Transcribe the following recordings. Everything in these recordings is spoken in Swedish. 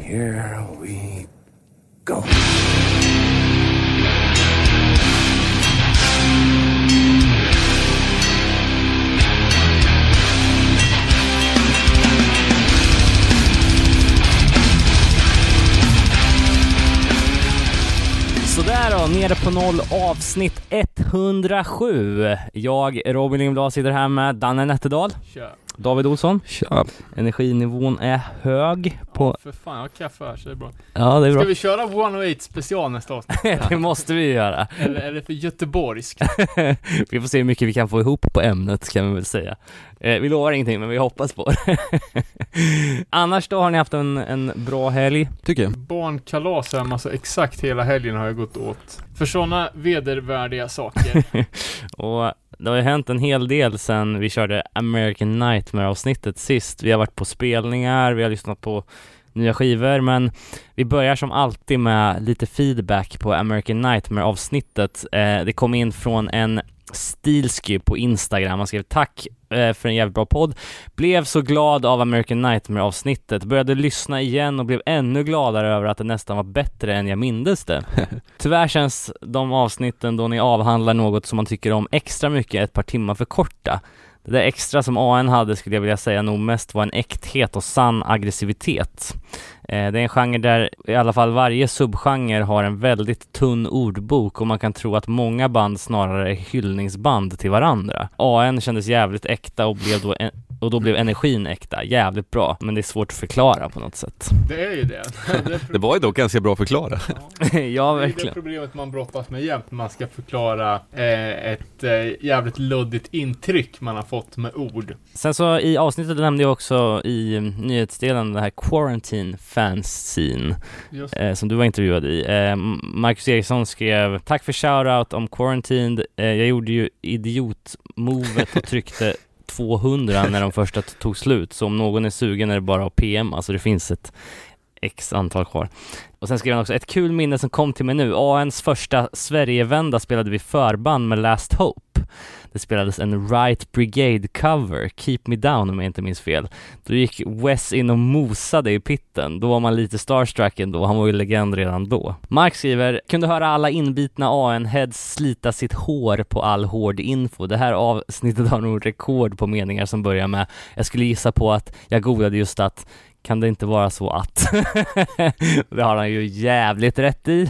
here we go. Sådär då, nere på noll, avsnitt 107. Jag, Robin Lindblad, sitter här med Danne Nätterdal. Tja. David Olsson. Tja. Energinivån är hög på... Ja, för fan, jag har kaffe här så det är bra. Ja, det är bra. Ska vi köra 108 special nästa avsnitt? Det måste vi göra. Eller är det för göteborgskt? Vi får se hur mycket vi kan få ihop på ämnet, kan vi väl säga. Vi lovar ingenting, men vi hoppas på det. Annars då, har ni haft en bra helg? Tycker jag. Barnkalas hemma, alltså exakt hela helgen har jag gått åt. För sådana vedervärdiga saker. Och det har ju hänt en hel del sen vi körde American Nightmare-avsnittet sist. Vi har varit på spelningar, vi har lyssnat på nya skivor, men vi börjar som alltid med lite feedback på American Nightmare-avsnittet. Det kom in från en Stilsky på Instagram. Han skrev tack för en jävligt bra podd. Blev så glad av American Nightmare-avsnittet. Började lyssna igen och blev ännu gladare över att det nästan var bättre än jag mindes det. Tyvärr känns de avsnitten då ni avhandlar något som man tycker om extra mycket ett par timmar för korta. Det där extra som AN hade, skulle jag vilja säga, nog mest var en äkthet och sann aggressivitet. Det är en genre där i alla fall varje subgenre har en väldigt tunn ordbok och man kan tro att många band snarare är hyllningsband till varandra. AN kändes jävligt äkta och då blev energin äkta. Jävligt bra, men det är svårt att förklara på något sätt. Det är ju det. Det var ju dock ganska bra att förklara. Ja, verkligen. Det är det problemet man brottas med jämt. Man ska förklara ett jävligt luddigt intryck man har fått med ord. Sen så i avsnittet nämnde jag också i nyhetsdelen det här Quarantine Fanscene som du var intervjuad i. Marcus Eriksson skrev tack för shoutout om Quarantined. Jag gjorde ju idiotmovet och tryckte 200 när de första tog slut. Så om någon är sugen är det bara att PM. Alltså det finns ett x antal kvar. Och sen skrev han också ett kul minne som kom till mig nu. ANs första Sverigevända spelade vi förband med Last Hope. Det spelades en Right Brigade cover, Keep Me Down om jag inte minns fel. Då gick Wes in och mosade i pitten. Då var man lite starstruck ändå, han var ju legend redan då. Mark skriver, kunde höra alla inbitna AN-heads slita sitt hår på all hård info. Det här avsnittet har nog rekord på meningar som börjar med, jag skulle gissa på att jag googlade just att kan det inte vara så att det har han ju jävligt rätt i.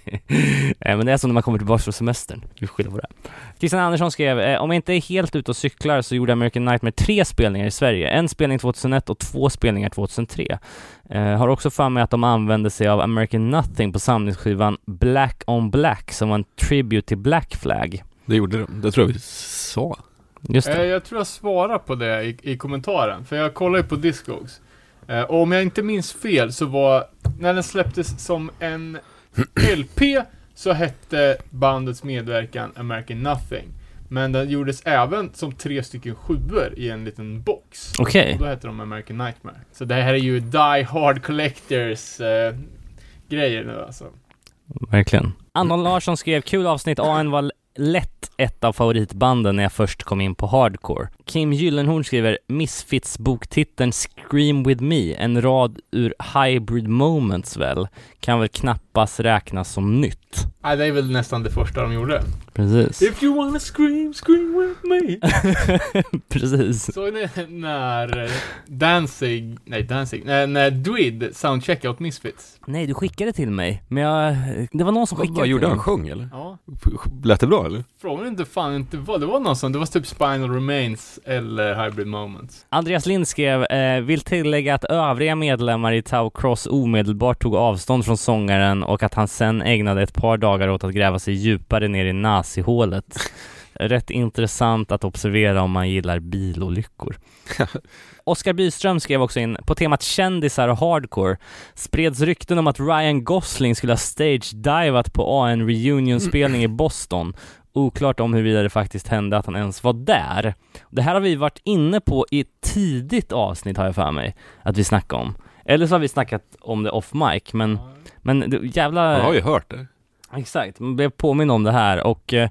Men det är som när man kommer tillbaka från semestern. Vi skyller på det. Christian Andersson skrev, om jag inte är helt ute och cyklar så gjorde American Nightmare 3 spelningar i Sverige. En spelning 2001 och 2 spelningar 2003. Har också för mig att de använde sig av American Nothing på samlingsskivan Black on Black som var en tribute till Black Flag. Det gjorde de. Det tror jag vi sa. Just det. Jag tror jag svarar på det i kommentaren. För jag kollar ju på Discogs. Och om jag inte minns fel så var, när den släpptes som en LP så hette bandets medverkan American Nothing. Men den gjordes även som 3 stycken 7:or i en liten box. Okej. Och då hette de American Nightmare. Så det här är ju Die Hard Collectors grejer nu alltså. Verkligen. Anton Larsson skrev, kul avsnitt, AN var lätt ett av favoritbanden när jag först kom in på hardcore. Kim Gyllenhorn skriver, Misfits boktiteln Scream With Me, en rad ur Hybrid Moments väl, kan väl knappast räknas som nytt. Nej, det är väl nästan det första de gjorde. Precis. If you wanna scream, scream with me. Precis. Så när när Dwid soundcheckade åt Misfits. Nej, du skickade till mig. Men det var någon som skickade. Vad gjorde till han? mig. Sjöng eller? Ja. Lät det bra eller? Frågan inte fan inte vad. Det var någon som, det var typ Spinal Remains eller Hybrid Moments. Andreas Lind skrev, vill tillägga att övriga medlemmar i Tau Cross omedelbart tog avstånd från sångaren och att han sen ägnade ett par dagar åt att gräva sig djupare ner i nazihålet. Rätt intressant att observera om man gillar bilolyckor. Oskar Byström skrev också in, på temat kändisar och hardcore spreds rykten om att Ryan Gosling skulle ha stage-divat på AN reunion-spelning i Boston. Oklart om huruvida det faktiskt hände att han ens var där. Det här har vi varit inne på i ett tidigt avsnitt, har jag för mig, att vi snackade om. Eller så har vi snackat om det off mic, men jävla... Jag har ju hört det. Exakt, man blev påminn om det här och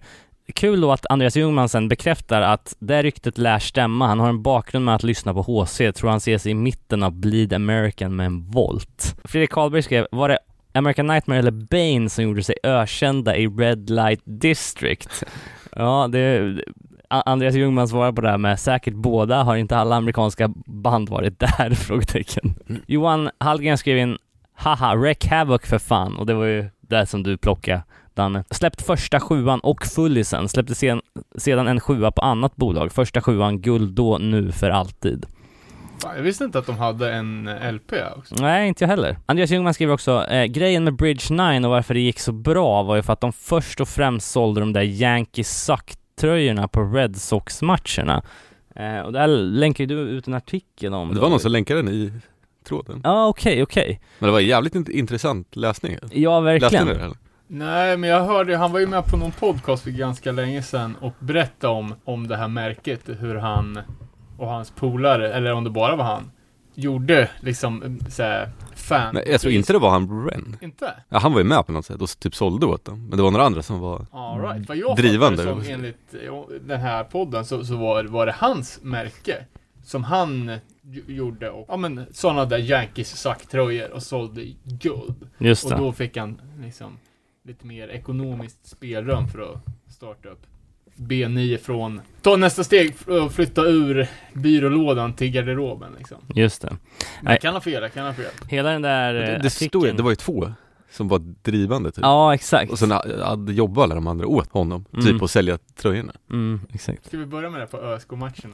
kul då att Andreas Ljungman sen bekräftar att det ryktet lär stämma. Han har en bakgrund med att lyssna på HC. Tror han ser sig i mitten av Bleed American med en volt. Fredrik Karlberg skrev, var det American Nightmare eller Bane som gjorde sig ökända i Red Light District? Ja, Andreas Ljungman svarar på det här med säkert båda. Har inte alla amerikanska band varit där? Frågetecken. Johan Hallgren skrev in, haha, Wreck Havoc för fan. Och det var ju det som du plockade, Danne. Släppt första 7:an och fullisen. Släppte sedan en 7:a på annat bolag. Första 7:an guld då, nu för alltid. Jag visste inte att de hade en LP också. Nej, inte jag heller. Andreas Ljungman skriver också, grejen med Bridge 9 och varför det gick så bra var ju för att de först och främst sålde de där Yankee Suck-tröjorna på Red Sox-matcherna. Och där länkar du ut en artikel om det var någon som länkade den i tråden. Ja, okej. Men det var en jävligt intressant läsning. Ja, verkligen. Läste ni det, eller? Nej, men jag hörde, han var ju med på någon podcast för ganska länge sedan och berättade om det här märket, hur han och hans polare, eller om det bara var han, gjorde liksom såhär fan. Nej, jag tror inte det var han Bren. Inte? Ja, han var ju med på något sätt och typ sålde åt dem. Men det var några andra som var All right. drivande. Som enligt den här podden så var det hans märke som han gjorde och, ja men sådana där Yankees sacktröjor och sålde guld. Just det. Och då fick han liksom lite mer ekonomiskt spelrum för att starta upp B9 från, ta nästa steg och flytta ur byrålådan till garderoben liksom. Just det. Men jag kan ha fel. Hela den där det var ju 2 som var drivande typ. Ja, exakt. Och sen hade jobbat alla de andra åt honom typ att sälja tröjorna. Exakt. Ska vi börja med det på ÖSK-matcherna?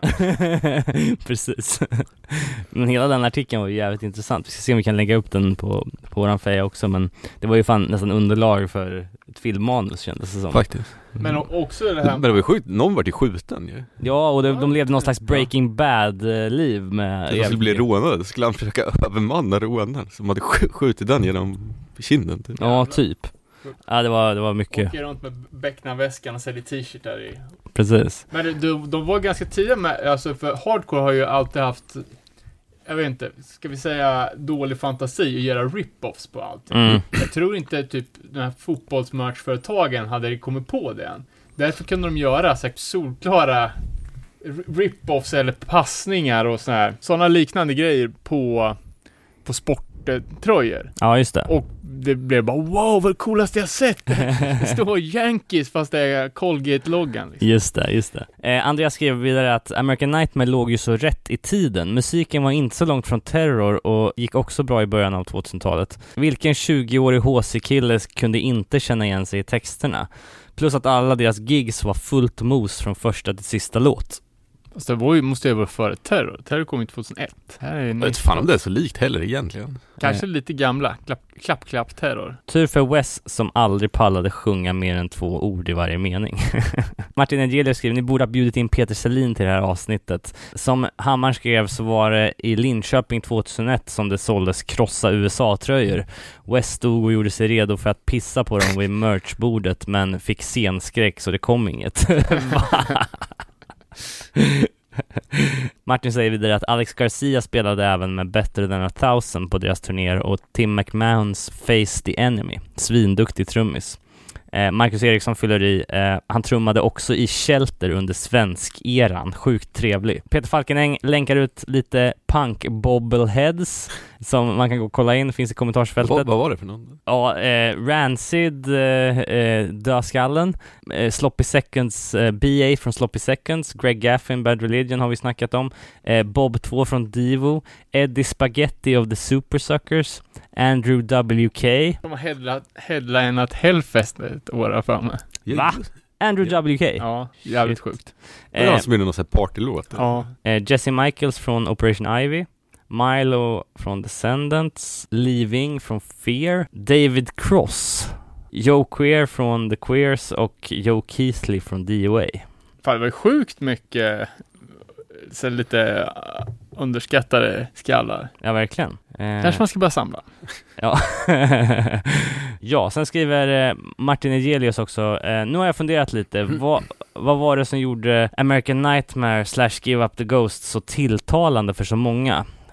Precis. Men hela den artikeln var ju jävligt intressant. Vi ska se om vi kan lägga upp den på våran feja också, men det var ju fan nästan underlag för ett filmmanus, kändes det som. Faktiskt. Men också det här... Men det var ju sjukt, någon var ju skjuten ju. Ja, och de levde någon slags Breaking Bad-liv med... Det skulle bli rånade, skulle han försöka övermanna rånaren som hade skjutit den genom kinden typ. Ja, typ. Ja, det var mycket. Åker runt med Beckna-väskan och säljer t-shirtar i. Precis. Men de var ganska tidiga med, alltså för hardcore har ju alltid haft, jag vet inte, ska vi säga dålig fantasi och göra rip-offs på allt. Jag tror inte typ de här fotbollsmerchföretagen hade kommit på det än. Därför kunde de göra så här solklara rip-offs eller passningar och såna liknande grejer på sporttröjor. Ja, just det. Och det blev bara, wow, vad coolaste jag sett. Det står Yankees fast det är Colgate-loggan. Liksom. Just det. Andreas skrev vidare att American Nightmare låg ju så rätt i tiden. Musiken var inte så långt från Terror och gick också bra i början av 2000-talet. Vilken 20-årig HC-kille kunde inte känna igen sig i texterna? Plus att alla deras gigs var fullt mos från första till sista låt. Fast det måste ju vara före Terror. Terror kom ju 2001. Här är jag vet fan om det är så likt heller egentligen. Kanske lite gamla. Klapp Terror. Tur för Wes som aldrig pallade sjunga mer än 2 ord i varje mening. Martin Angelius skrev, ni borde ha bjudit in Peter Selin till det här avsnittet. Som Hammar skrev så var det i Linköping 2001 som det såldes krossa USA-tröjor. Wes stod och gjorde sig redo för att pissa på dem vid merchbordet men fick scenskräck så det kom inget. Martin säger vidare att Alex Garcia spelade även med Better Than 1000 på deras turnéer och Tim McMahons Face the Enemy, svinduktig trummis. Marcus Eriksson fyller i, han trummade också i Shelter under svensk-eran, sjukt trevlig. Peter Falkenäng länkar ut lite punk bobbleheads som man kan gå och kolla in, finns i kommentarsfältet. Vad var det för någon? Ja, Rancid, Dödskallen, Sloppy Seconds, BA från Sloppy Seconds, Greg Gaffin, Bad Religion har vi snackat om, Bob 2 från Divo, Eddie Spaghetti of the Super Suckers, Andrew WK. De har headlinat Hellfest ett år för mig. Va? Andrew WK? Ja, jävligt sjukt. Det var som är någon sån här partylåt. Ja. Jesse Michaels från Operation Ivy, Milo från Descendants, Leaving från Fear, David Cross, Joe Queer från The Queers och Joe Keithley från DOA. Fan, det var sjukt mycket så lite underskattade skallar. Ja, verkligen. Kanske man ska börja samla. Ja. Ja, sen skriver Martin Egelius också, nu har jag funderat lite, vad var det som gjorde American Nightmare / Give Up the Ghost så tilltalande för så många?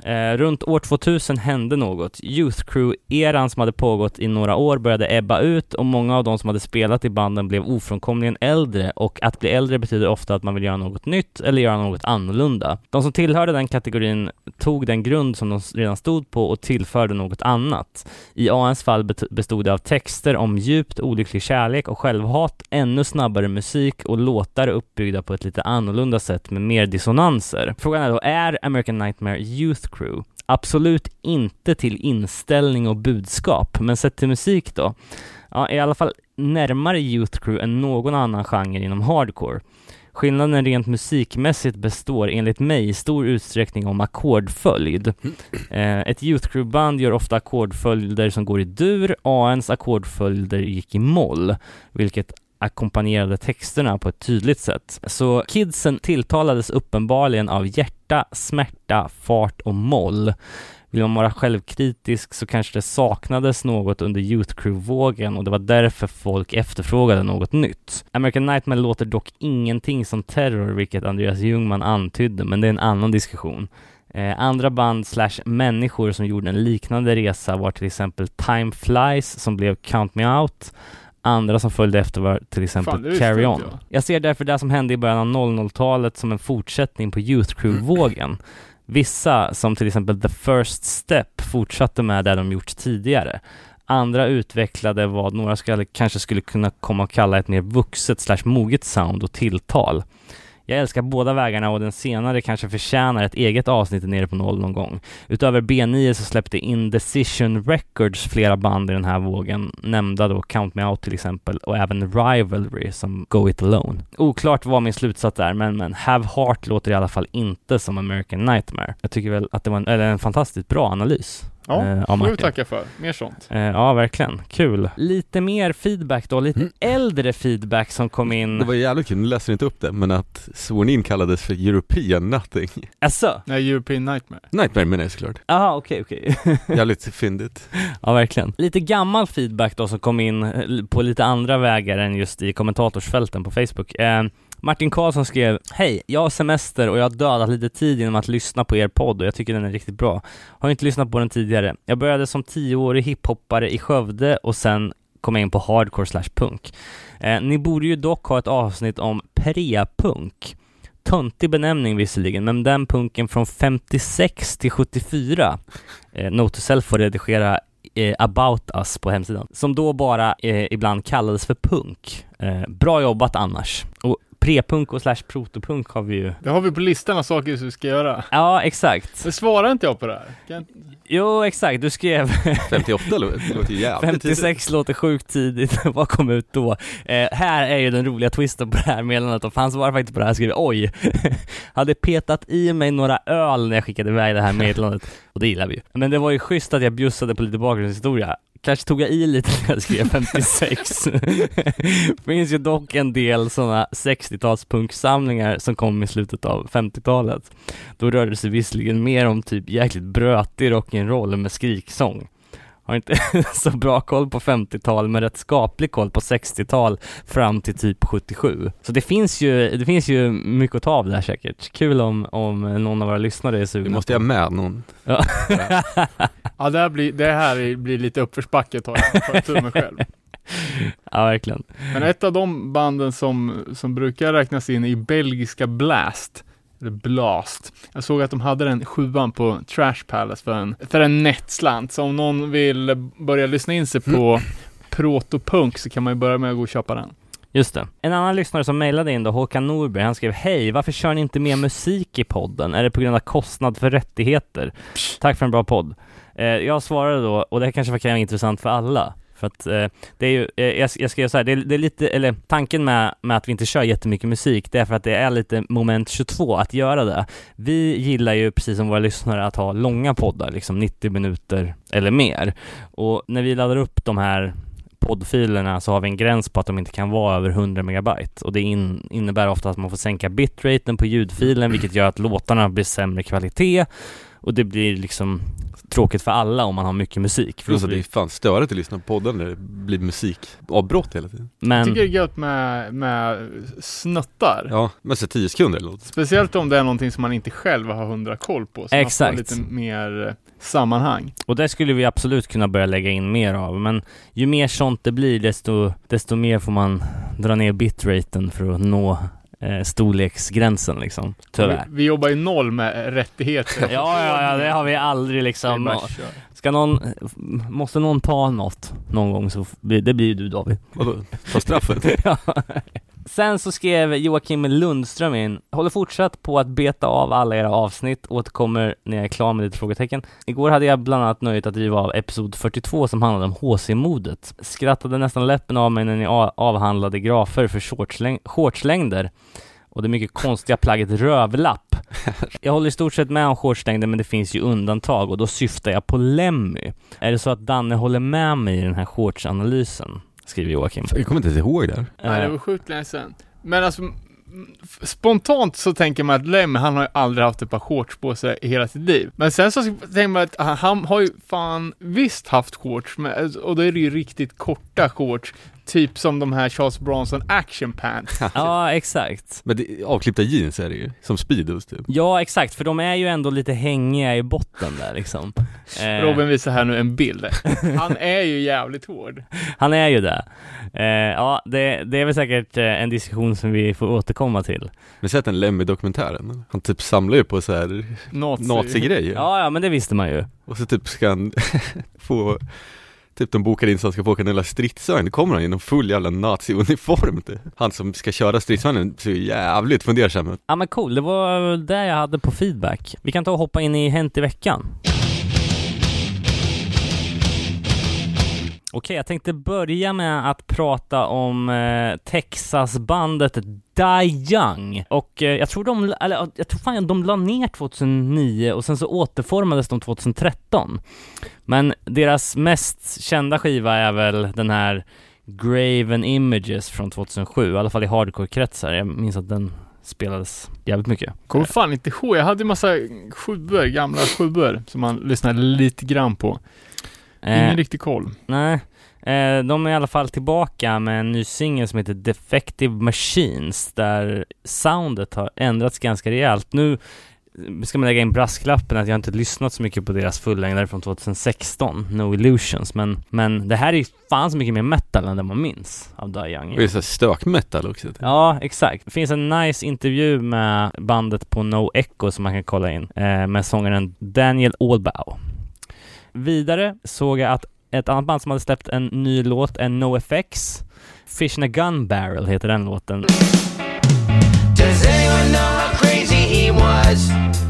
Runt år 2000 hände något. Youth Crew-eran som hade pågått i några år började ebba ut och många av de som hade spelat i banden blev ofrånkomligen äldre, och att bli äldre betyder ofta att man vill göra något nytt eller göra något annorlunda. De som tillhörde den kategorin tog den grund som de redan stod på och tillförde något annat. I ANs fall bestod det av texter om djupt olycklig kärlek och självhat, ännu snabbare musik och låtar uppbyggda på ett lite annorlunda sätt med mer dissonanser. Frågan är då, är American Nightmare Youth Crew? Absolut inte till inställning och budskap, men sett till musik då? Ja, i alla fall närmare Youth Crew än någon annan genre inom hardcore. Skillnaden rent musikmässigt består enligt mig i stor utsträckning om ackordföljd. Ett Youth Crew-band gör ofta ackordföljder som går i dur. ANs ackordföljder gick i moll, vilket ackompanjerade texterna på ett tydligt sätt. Så kidsen tilltalades uppenbarligen av hjärta, smärta, fart och moll. Vill man vara självkritisk så kanske det saknades något under Youth Crew-vågen och det var därför folk efterfrågade något nytt. American Nightmare låter dock ingenting som Terror, vilket Andreas Ljungman antydde, men det är en annan diskussion. Andra band / människor som gjorde en liknande resa var till exempel Time Flies som blev Count Me Out. Andra som följde efter var till exempel Carry On. Jag ser därför det som hände i början av 00-talet som en fortsättning på Youth Crew-vågen. Vissa, som till exempel The First Step, fortsatte med det de gjort tidigare. Andra utvecklade vad några kanske skulle kunna komma att kalla ett mer vuxet / moget sound och tilltal. Jag älskar båda vägarna och den senare kanske förtjänar ett eget avsnitt nere på 0 någon gång. Utöver B9 så släppte Indecision Records flera band i den här vågen, nämnda då Count Me Out till exempel, och även Rivalry som Go It Alone. Oklart vad min slutsats är, men Have Heart låter i alla fall inte som American Nightmare. Jag tycker väl att det var en fantastiskt bra analys. Ja, får vi tacka för. Mer sånt. Ja, verkligen. Kul. Lite mer feedback då. Lite äldre feedback som kom in. Det var jävligt kul. Nu läser inte upp det, men att Sworn In kallades för European Nothing. Asså? Nej, European Nightmare. Nightmare menar jag såklart. Jaha, okej. Jävligt fyndigt. Ja, verkligen. Lite gammal feedback då som kom in på lite andra vägar än just i kommentatorsfälten på Facebook. Martin Karlsson skrev: Hej, jag har semester och jag har dödat lite tid genom att lyssna på er podd och jag tycker den är riktigt bra. Har inte lyssnat på den tidigare. Jag började som 10-årig hiphoppare i Skövde och sen kom jag in på hardcore / punk. Ni borde ju dock ha ett avsnitt om pre-punk. Töntig benämning visserligen, men den punken från 56 till 74. Note to self får redigera About Us på hemsidan. Som då bara ibland kallades för punk. Bra jobbat annars. Och pre-punk och / protopunk har vi ju. Det har vi på listan av saker som vi ska göra. Ja, exakt. Men svarar inte jag på det här? Jo, exakt. Du skrev 58 låter ju jävligt 56 tidigt. Låter sjukt tidigt. Vad kom ut då? Här är ju den roliga twisten på det här meddelandet. Och han svarade faktiskt på det här. Skrev: oj, hade petat i mig några öl när jag skickade iväg det här meddelandet. Och det gillar vi ju. Men det var ju schysst att jag bjussade på lite bakgrundshistoria. Kanske tog jag i lite när jag skrev 56. Finns ju dock en del sådana 60-tals punksamlingar som kom i slutet av 50-talet. Då rörde det sig visserligen mer om typ jäkligt brötig rock'n'roll med skriksång. Har inte så bra koll på 50-tal, men rätt skaplig koll på 60-tal fram till typ 77. Så det finns ju mycket att ta av det här säkert. Kul om någon av våra lyssnare är sugna. Du måste jag med någon. Ja. Ja, det här blir lite uppförsbacke tar jag tur mig själv. Ja, verkligen. Men ett av de banden som brukar räknas in i belgiska Blast. Jag såg att de hade den 7:an på Trash Palace för en nettslant. Så om någon vill börja lyssna in sig på protopunk så kan man ju börja med att gå och köpa den. Just det. En annan lyssnare som mejlade in då, Håkan Norberg, han skrev: hej, varför kör ni inte mer musik i podden? Är det på grund av kostnad för rättigheter? Tack för en bra podd. Jag svarade då, och det här kanske var intressant för alla. För att det är ju, jag skrev så här, det är lite, eller tanken med att vi inte kör jättemycket musik, det är för att det är lite moment 22 att göra det. Vi gillar ju, precis som våra lyssnare, att ha långa poddar, liksom 90 minuter eller mer. Och när vi laddar upp de här poddfilerna så har vi en gräns på att de inte kan vara över 100 megabyte. Och det innebär ofta att man får sänka bitraten på ljudfilen, vilket gör att låtarna blir sämre kvalitet. Och det blir liksom tråkigt för alla om man har mycket musik. För det är fan störigt att lyssna på podden när det blir musikavbrott hela tiden. Men Jag tycker det är gött med snuttar. Ja, men så 10 sekunder eller något. Speciellt om det är någonting som man inte själv har 100 koll på. Så Exakt. man får lite mer sammanhang. och det skulle vi absolut kunna börja lägga in mer av, men ju mer sånt det blir desto mer får man dra ner bitraten för att nå storleksgränsen liksom, tyvärr. Vi jobbar ju noll med rättigheter. Ja, det har vi aldrig liksom. Måste någon ta något någon gång så det blir ju du, David. Vadå? Ta straffet? Ja. Sen så skrev Joakim Lundström in: håller fortsatt på att beta av alla era avsnitt, återkommer när jag är klar med lite frågetecken. Igår hade jag bland annat nöjet att driva av episod 42 som handlade om HC-modet. Skrattade nästan läppen av mig när ni avhandlade grafer för shortslängder och det mycket konstiga plagget rövlapp. Jag håller i stort sett med om shortslängder, men det finns ju undantag och då syftar jag på Lemmy. Är det så att Danne håller med mig i den här shortsanalysen? Skriver Joakim. Jag kommer inte ihåg det. Nej, det var sjukt länge sedan. Men alltså, spontant så tänker man att Lemmy, han har ju aldrig haft ett par shorts på sig i hela sitt liv. Men sen så tänker man att han har ju fan visst haft shorts, och då är det ju riktigt korta shorts. Typ som de här Charles Bronson action pants. Ja, exakt. Men avklippta jeans är det ju, som Speedos typ. Ja, exakt, för de är ju ändå lite hängiga i botten där liksom. Robin visar här nu en bild. Han är ju jävligt hård. Han är ju det. Ja, det är väl säkert en diskussion som vi får återkomma till. Men sett en Lemmy-dokumentären. Han typ samlar ju på så här nazi-grejer. Ja, men det visste man ju. Och så typ ska han få... Typ de bokar in så han ska få åka en jävla stridsvagn. Då kommer han in en full jävla nazi-uniform. Han som ska köra stridsvagnen ser jävligt fundersam ut. Ja, men cool. Det var det jag hade på feedback. Vi kan ta och hoppa in i Hänt i veckan. Okej, jag tänkte börja med att prata om Texas-bandet Die Young. Och jag tror de la ner 2009 och sen så återformades de 2013. Men deras mest kända skiva är väl den här Graven Images från 2007, i alla fall i hardcore-kretsar. Jag minns att den spelades jävligt mycket. Kommer fan inte ihåg, jag hade en massa gamla sjuor som man lyssnade lite grann på. Ingen riktig koll. Nej. De är i alla fall tillbaka med en ny singel som heter Defective Machines, där soundet har ändrats ganska rejält. Nu ska man lägga in brasklappen att jag inte lyssnat så mycket på deras fullängdare från 2016, No Illusions, men det här är fan så mycket mer metal än det man minns av Die Young. Och det är så stök-metal också. Ja, exakt. Det finns en nice intervju med bandet på No Echo som man kan kolla in, med sångaren Daniel Olbau. Vidare såg jag att ett annat band som hade släppt en ny låt är NoFX. Fish in a Gun Barrel heter den låten. Does anyone know how crazy he was?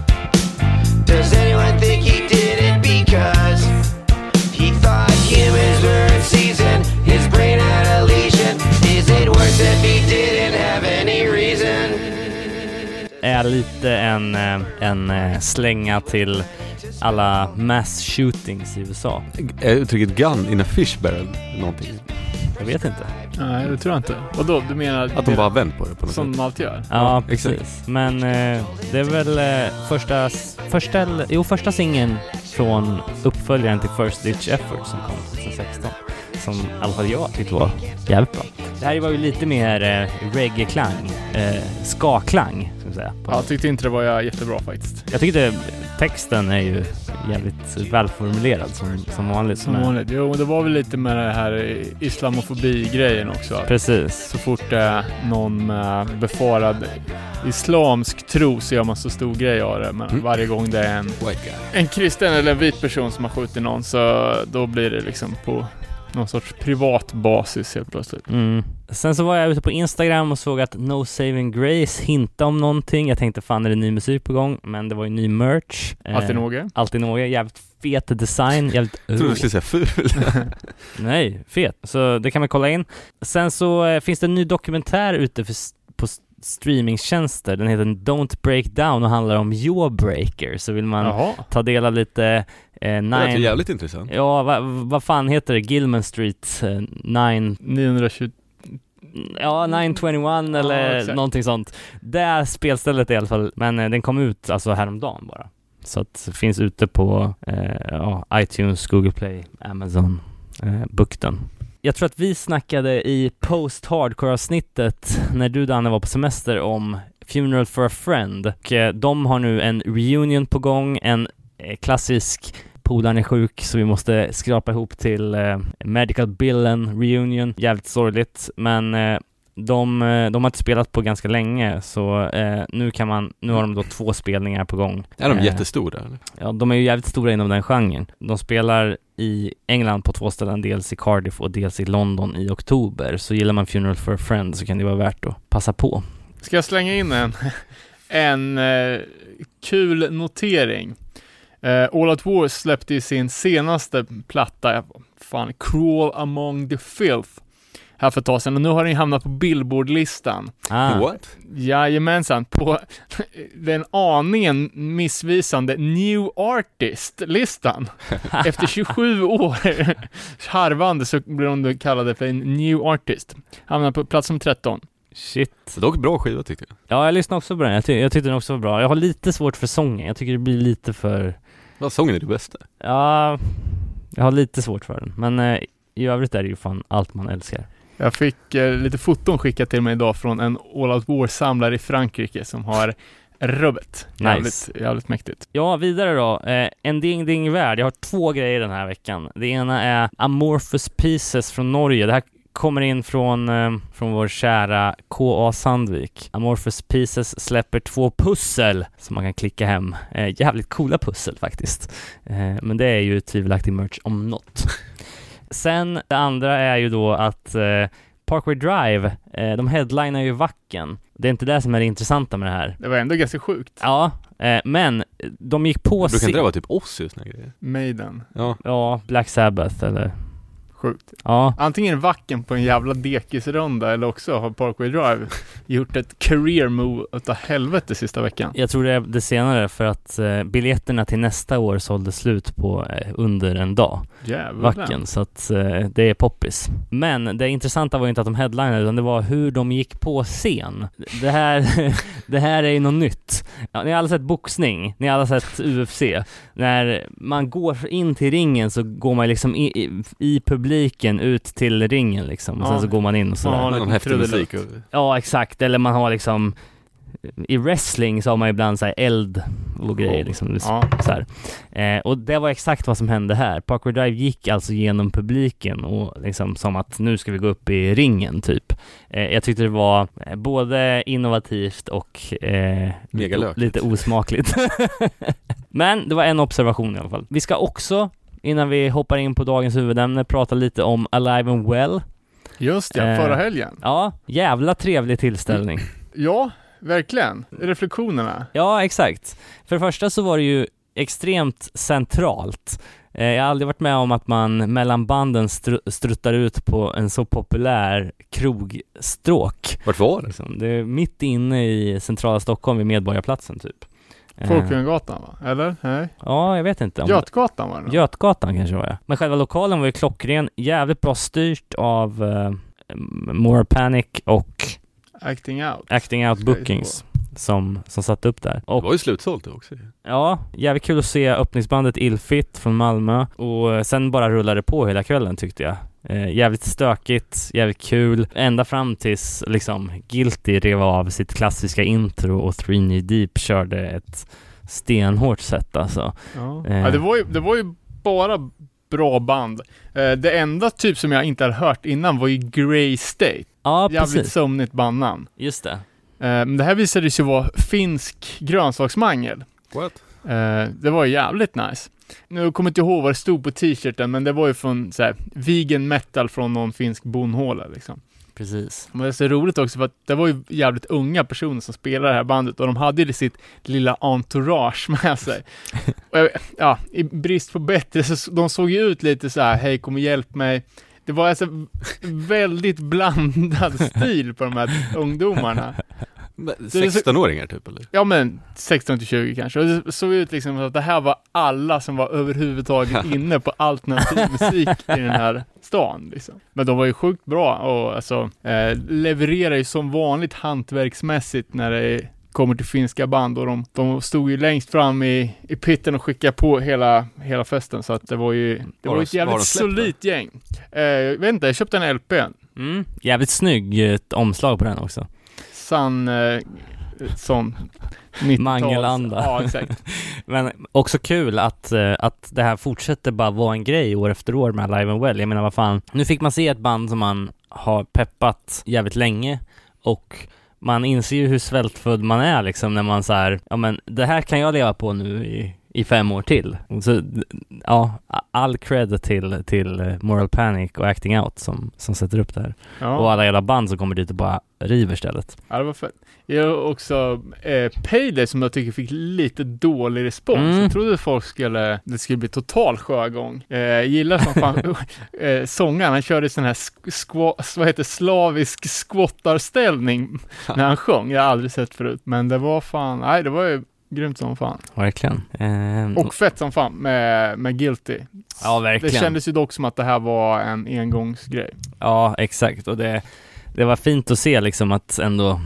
Does anyone think he did it because he thought humans were in season? His brain had a lesion. Is it worse if he didn't have any reason? Är lite en slänga till alla mass shootings i USA. Är uttrycket gun in a fish barrel någonting? Jag vet inte. Nej, det tror jag inte. Vadå, du menar att de bara vänt på det på något som sätt? de alltid gör? Ja, precis. Men det är väl första singeln från uppföljaren till First Ditch Effort som kom 2016. Som i alla fall jag tyckte var jävligt bra. Det här var ju lite mer reggae-klang, ska-klang, ska man säga. Ja, jag tyckte inte det var jättebra faktiskt. Jag tyckte texten är ju jävligt välformulerad som vanligt. Som vanligt. Jo, det var väl lite med det här islamofobi-grejen också. Precis. Så fort det är någon befarad islamsk tro så gör man så stor grej av det. Men varje gång det är en kristen eller en vit person som har skjutit någon, så då blir det liksom på någon sorts privat basis helt plötsligt. Sen så var jag ute på Instagram och såg att No Saving Grace hintade om någonting. Jag tänkte, fan är det ny musik på gång? Men det var ju ny merch. Alltid något. Jävligt fet design. Jävligt jag tror du skulle säga ful. Nej, fet. Så det kan man kolla in. Sen så finns det en ny dokumentär ute på streamingtjänster. Den heter Don't Break Down och handlar om Jawbreaker. Så vill man ta del av lite... Det är jävligt intressant. Ja, vad fan heter det? Gilman Street 920. Ja, 921 eller någonting sånt. Det är spelstället i alla fall. Men den kom ut alltså häromdagen bara. Så att det finns ute på iTunes, Google Play, Amazon, bukten. Jag tror att vi snackade i post-hardcore-avsnittet när du, Danne, var på semester om Funeral for a Friend. Och de har nu en reunion på gång, en klassisk polaren är sjuk så vi måste skrapa ihop till Medical Billen reunion. Jävligt sorgligt, men de har inte spelat på ganska länge, så nu har de då 2 spelningar på gång. Är de jättestora eller? Ja, de är ju jävligt stora inom den genren. De spelar i England på 2 ställen, dels i Cardiff och dels i London i oktober. Så gillar man Funeral for a Friend så kan det vara värt att passa på. Ska jag slänga in en kul notering? All Out War släppte i sin senaste platta, Crawl Among the Filth, här för ett tag sedan, och nu har den hamnat på Billboard-listan. What? Jajamensan, på den aningen missvisande New Artist-listan. Efter 27 år harvande så blir de kallade för en New Artist. Hamnar på plats som 13. Shit. Det var bra skiva tyckte jag. Ja, jag lyssnade också på den. Jag tyckte den också var bra. Jag har lite svårt för sången. Jag tycker det blir lite för... Ja, sången är det bästa. Ja, jag har lite svårt för den. Men i övrigt är det ju fan allt man älskar. Jag fick lite foton skickat till mig idag från en All Out War-samlare i Frankrike som har rubbet. Nice. Jävligt mäktigt. Ja, vidare då. En ding-ding-värld. Jag har 2 grejer den här veckan. Det ena är Amorphous Pieces från Norge. Det här kommer in från vår kära K.A. Sandvik. Amorphous Pieces släpper 2 pussel som man kan klicka hem. Jävligt coola pussel faktiskt. Men det är ju tvivelaktig merch om något. Sen det andra är ju då att Parkway Drive, de headlinar ju Wacken. Det är inte det som är det intressanta med det här. Det var ändå ganska sjukt. Ja, men de gick på... Brukar inte det vara typ Ozzy och såna grejer? Maiden. Ja, Black Sabbath eller... Sjukt. Ja. Antingen Wacken på en jävla dekisrunda eller också har Parkway Drive gjort ett career move utav helvete sista veckan. Jag tror det är det senare, för att biljetterna till nästa år sålde slut på under en dag. Jävlar. Wacken, så att det är poppis. Men det intressanta var ju inte att de headlinade, utan det var hur de gick på scen. Det här är ju något nytt. Ja, ni har alla sett boxning, ni har alla sett UFC. När man går in till ringen så går man liksom i publiken ut till ringen liksom. Och sen så går man in och sådär. Ja, någon häftig musik. Ja, exakt. Eller man har liksom... I wrestling så har man ibland så här eld och grejer liksom, så här. Och det var exakt vad som hände här. Parkway Drive gick alltså genom publiken och liksom som att nu ska vi gå upp i ringen typ. Jag tyckte det var både innovativt och lite osmakligt. Men det var en observation i alla fall. Vi ska också, innan vi hoppar in på dagens huvudämne, prata lite om Alive and Well. Just det, förra helgen. Ja, jävla trevlig tillställning. Ja, verkligen. Reflektionerna. Ja, exakt. För det första så var det ju extremt centralt. Jag har aldrig varit med om att man mellan banden struttar ut på en så populär krogstråk. Vart var det? Liksom. Det är mitt inne i centrala Stockholm vid Medborgarplatsen typ. Folkungagatan va? Eller? Nej. Ja, jag vet inte. Götgatan var det. Götgatan kanske var jag. Men själva lokalen var ju klockren. Jävligt bra styrt av More Panic och Acting Out Bookings som satt upp där. Och det var ju slutsålt också. Ja, jävligt kul att se öppningsbandet Illfit från Malmö. Och sen bara rullade på hela kvällen tyckte jag. Jävligt stökigt, jävligt kul. Ända fram tills liksom Guilty rev av sitt klassiska intro och 3 Knee Deep körde ett stenhårt sätt alltså. Ja, det var ju bara bra band. Det enda typ som jag inte hade hört innan var ju Grey State. Ja, jävligt precis. sömnigt bandnamn. Just det. Men det här visade sig vara finsk grönsaksmangel. What? Det var jävligt nice. Nu kommer jag inte ihåg vad det stod på t-shirten, men det var ju från så här, vegan metal från någon finsk bonhåla liksom. Precis. Men det är så roligt också för att det var ju jävligt unga personer som spelade det här bandet och de hade ju sitt lilla entourage med sig. Och i brist på bättre så de såg ju ut lite så här: hej, kom och hjälp mig. Det var alltså väldigt blandad stil på de här ungdomarna. 16-åringar typ eller? Ja, men 16-20 kanske. Och det såg ut liksom att det här var alla som var överhuvudtaget inne på alternativ musik i den här stan liksom. Men de var ju sjukt bra och alltså levererar ju som vanligt hantverksmässigt när det kommer till finska band, och de stod ju längst fram i pitten och skickade på hela festen, så att det var ett jävligt solidt gäng. Jag vet inte, jag köpte en LP. Jävligt snygg omslag på den också. Sån 90-tals. Mangelanda. Ja, exakt. Men också kul att det här fortsätter bara vara en grej år efter år med Live and Well. Jag menar, vad fan. Nu fick man se ett band som man har peppat jävligt länge, och man inser ju hur svältfödd man är liksom, när man så här, ja men det här kan jag leva på nu i 5 år till. Så ja, all cred till Moral Panic och Acting Out som sätter upp det här. Ja. Och alla jävla band som kommer dit och bara river stället. Ja, det var fett. Jag har också Payday, som jag tycker fick lite dålig respons. Jag trodde folk det skulle bli total sjögång. Jag gillar som fan sångaren, han körde sån här slavisk skottarställning när han sjöng. Jag har aldrig sett förut. Men det var fan, nej, det var ju grymt som fan. Verkligen. Och fett som fan med Guilty. Ja, verkligen. Det kändes ju dock som att det här var en engångsgrej. Ja, exakt. Och det var fint att se liksom att ändå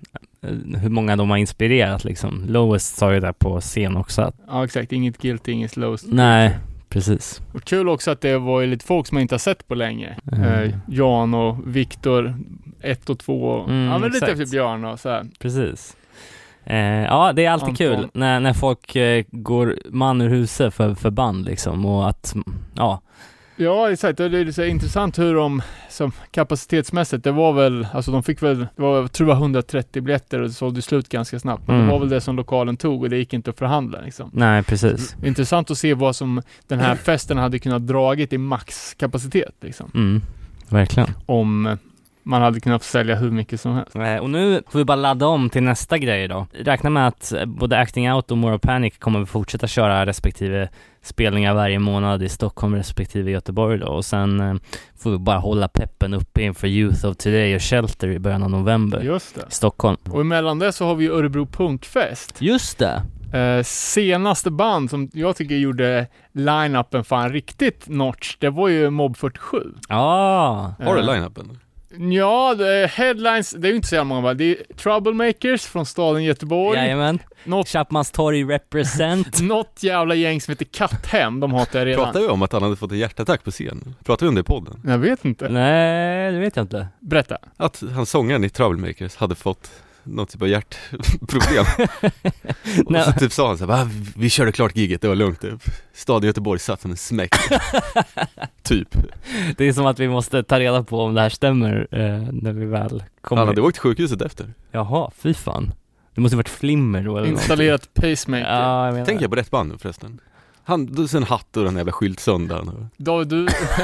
hur många de har inspirerat liksom. Lowest sa ju där på scen också att... Ja, exakt. Inget Guilty, inget Lowest. Nej, precis. Och kul också att det var lite folk som man inte har sett på länge. Jan och Viktor 1 och 2. Ja, men lite efter Björn och så här. Precis. Ja, det är alltid kul när folk går man ur huset för band liksom, och att, ja. Ja, exakt. Det är så intressant hur de, som kapacitetsmässigt, det var väl, alltså de fick väl, det var, jag tror det var 130 biljetter och det sålde slut ganska snabbt. Men det var väl det som lokalen tog, och det gick inte att förhandla liksom. Nej, precis. Intressant att se vad som den här festen hade kunnat dragit i maxkapacitet liksom. Verkligen. Om man hade kunnat sälja hur mycket som helst. Och nu får vi bara ladda om till nästa grej då. Räkna med att både Acting Out och Moral Panic kommer att fortsätta köra respektive spelningar varje månad i Stockholm respektive Göteborg då. Och sen får vi bara hålla peppen uppe inför Youth of Today och Shelter i början av november. Just det. I Stockholm. Och emellan det så har vi ju Örebro Punkfest. Just det. Senaste band som jag tycker gjorde line-upen fan riktigt notch, det var ju Mob 47. Ja. Har du line-upen? Ja, headlines, det är ju inte så jävla många. Det är Troublemakers från staden Göteborg. Jajamän. Chapmans torg represent. Något jävla gäng som heter Katthem, de hatar jag redan. Pratar vi om att han hade fått en hjärtattack på scen? Pratar vi om det i podden? Jag vet inte. Nej, det vet jag inte. Berätta. Att han sångaren i Troublemakers hade fått något typ av hjärtproblem. Och så typ sa han så här, vi körde klart giget, det var lugnt typ. Staden Göteborg satt som en smäck. Typ. Det är som att vi måste ta reda på om det här stämmer när vi väl kommer. Han hade åkt sjukhuset efter. Jaha, fy fan. Det måste ha varit flimmer då eller installerat pacemaker. Ja, jag menar. Tänker jag på rätt band förresten. Han, sen hatt och den jävla skyltsöndagen. Du är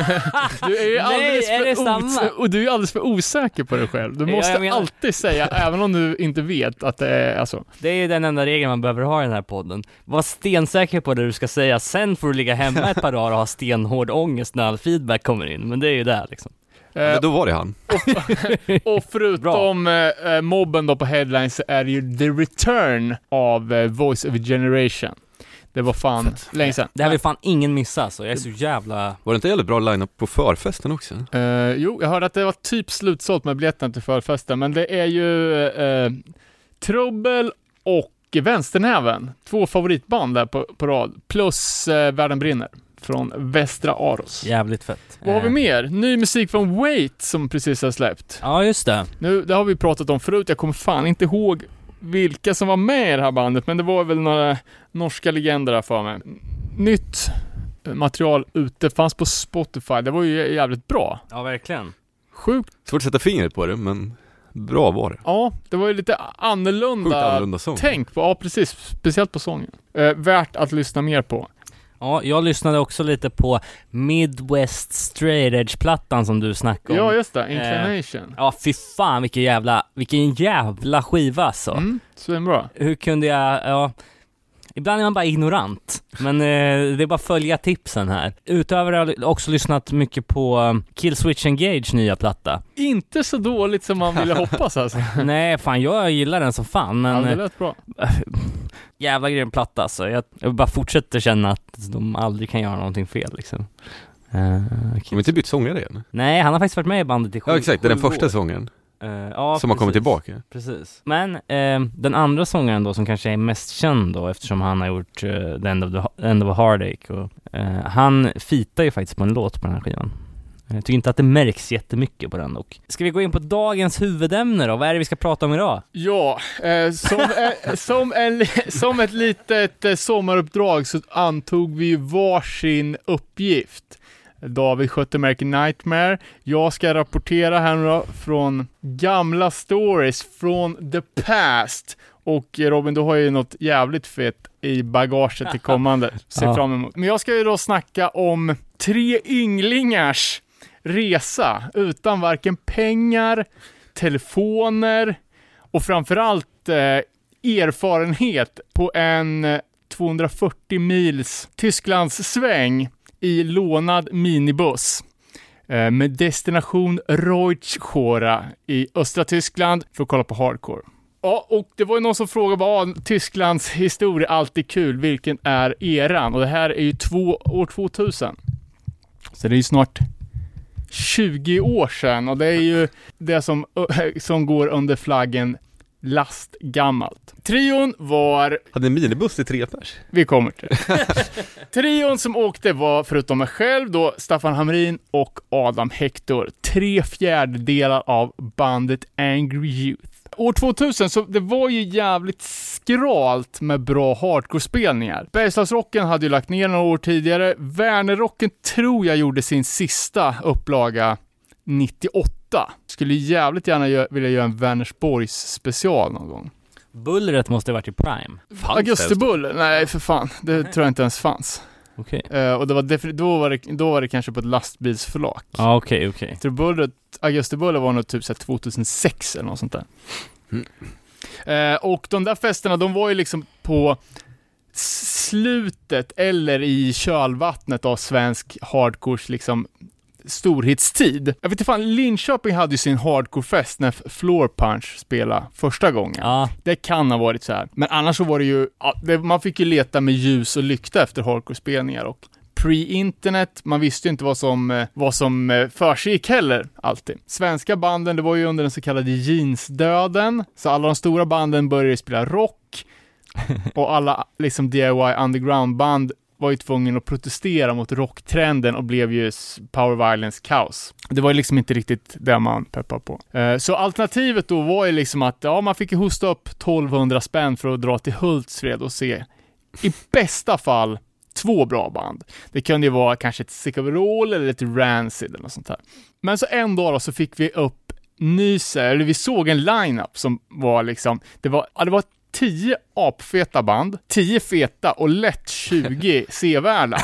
ju och du är alldeles för osäker på dig själv. Du måste alltid säga, även om du inte vet att det är alltså. Det är ju den enda regeln man behöver ha i den här podden. Var stensäker på det du ska säga. Sen får du ligga hemma ett par dagar och ha stenhård ångest när all feedback kommer in. Men det är ju där liksom. Men då var det han. Och förutom mobben då på headlines är det ju The Return av Voice of a Generation. Det var fan länge sedan. Det här vill fan ingen missa, så jag är så jävla... Var det inte jävla bra line-up på förfesten också? Jo, jag hörde att det var typ slutsålt med biljetterna till förfesten. Men det är ju Trouble och Vänsternäven. 2 favoritband där på rad. Plus Världen brinner från Västra Aros. Jävligt fett. Vad har vi mer? Ny musik från Wait som precis har släppt. Ja, just det. Nu, det har vi pratat om förut. Jag kommer fan inte ihåg vilka som var med i det här bandet, men det var väl några norska legender där för mig. Nytt material ute, fanns på Spotify. Det var ju jävligt bra. Ja, verkligen. Sjukt. Svårt att sätta fingret på det, men bra var det. Ja, det var ju lite annorlunda sång. Tänk på, ja precis, speciellt på sången. Värt att lyssna mer på. Ja, jag lyssnade också lite på Midwest Straight Edge-plattan som du snackade om. Ja, just det, Inclination. Ja, fy fan, vilken jävla skiva alltså. Så är det bra. Hur kunde jag, ibland är man bara ignorant. Men det är bara att följa tipsen här. Utöver har jag också lyssnat mycket på Killswitch Engage nya platta. Inte så dåligt som man ville hoppas alltså. Nej, fan, jag gillar den som fan. Men ja, det lät bra. Jävla grym platta alltså. Jag bara fortsätter känna att de aldrig kan göra någonting fel liksom. De har inte bytt sångare igen. Nej, han har faktiskt varit med i bandet i 7 Ja, exakt, det är den år. första sången. Ja, som har kommit tillbaka. Precis. Men den andra sångaren då som kanske är mest känd då, eftersom han har gjort The End of a Heartache och, han fitar ju faktiskt på en låt på den här skivan. Jag tycker inte att det märks jättemycket på den dock. Ska vi gå in på dagens huvudämne då? Vad är det vi ska prata om idag? Ja, som ett litet sommaruppdrag så antog vi varsin uppgift. David skötte American Nightmare. Jag ska rapportera här då från gamla stories från the past. Och Robin, du har ju något jävligt fett i bagaget till kommande. Se fram emot. Men jag ska ju då snacka om 3 ynglingars resa utan varken pengar, telefoner och framförallt erfarenhet på en 240 mils Tysklands sväng i lånad minibuss med destination Reuschora i östra Tyskland för att kolla på hardcore. Ja, och det var ju någon som frågade vad Tysklands historia alltid kul, vilken är eran? Och det här är ju år 2000. Så det är ju snart 20 år sedan och det är ju det som går under flaggen lastgammalt. Trion var... Hade en minibuss till 3 pers? Vi kommer till Trion som åkte var, förutom mig själv då, Staffan Hamrin och Adam Hector. 3/4 av bandet Angry Youth. År 2000 så det var ju jävligt skralt med bra hardcore-spelningar. Bergslagsrocken hade ju lagt ner några år tidigare. Värnerrocken tror jag gjorde sin sista upplaga 98. Skulle jävligt gärna vilja göra en Vänersborgs special någon gång. Bullret måste ha varit i Prime. Augustibull? Nej, för fan. Det tror jag inte ens fanns. Okej. Och det var då var det kanske på ett lastbilsförlak. Ja, okej. Jag tror Bullret, Augustibull var nog typ så här 2006 eller något sånt där. Och de där festerna, de var ju liksom på slutet eller i kölvattnet av svensk hardcores liksom storhetstid. Jag vet inte fan, Linköping hade ju sin hardcore-fest när Floor Punch spelade första gången. Ja. Det kan ha varit så här. Men annars så var det ju, man fick ju leta med ljus och lykta efter hardcore-spelningar och pre-internet, man visste ju inte vad som försiggick heller alltid. Svenska banden, det var ju under den så kallade jeansdöden, så alla de stora banden började spela rock och alla liksom DIY underground-band var ju tvungen att protestera mot rocktrenden och blev ju power violence kaos. Det var ju liksom inte riktigt det man peppar på. Så alternativet då var ju liksom att man fick ju hosta upp 1200 spänn för att dra till Hultsfred och se i bästa fall 2 bra band. Det kunde ju vara kanske ett Sick of It All eller ett Rancid eller något sånt här. Men så en dag då så fick vi upp vi såg en line-up som var liksom, det var 10 apfeta band, 10 feta och lätt 20 sevärda.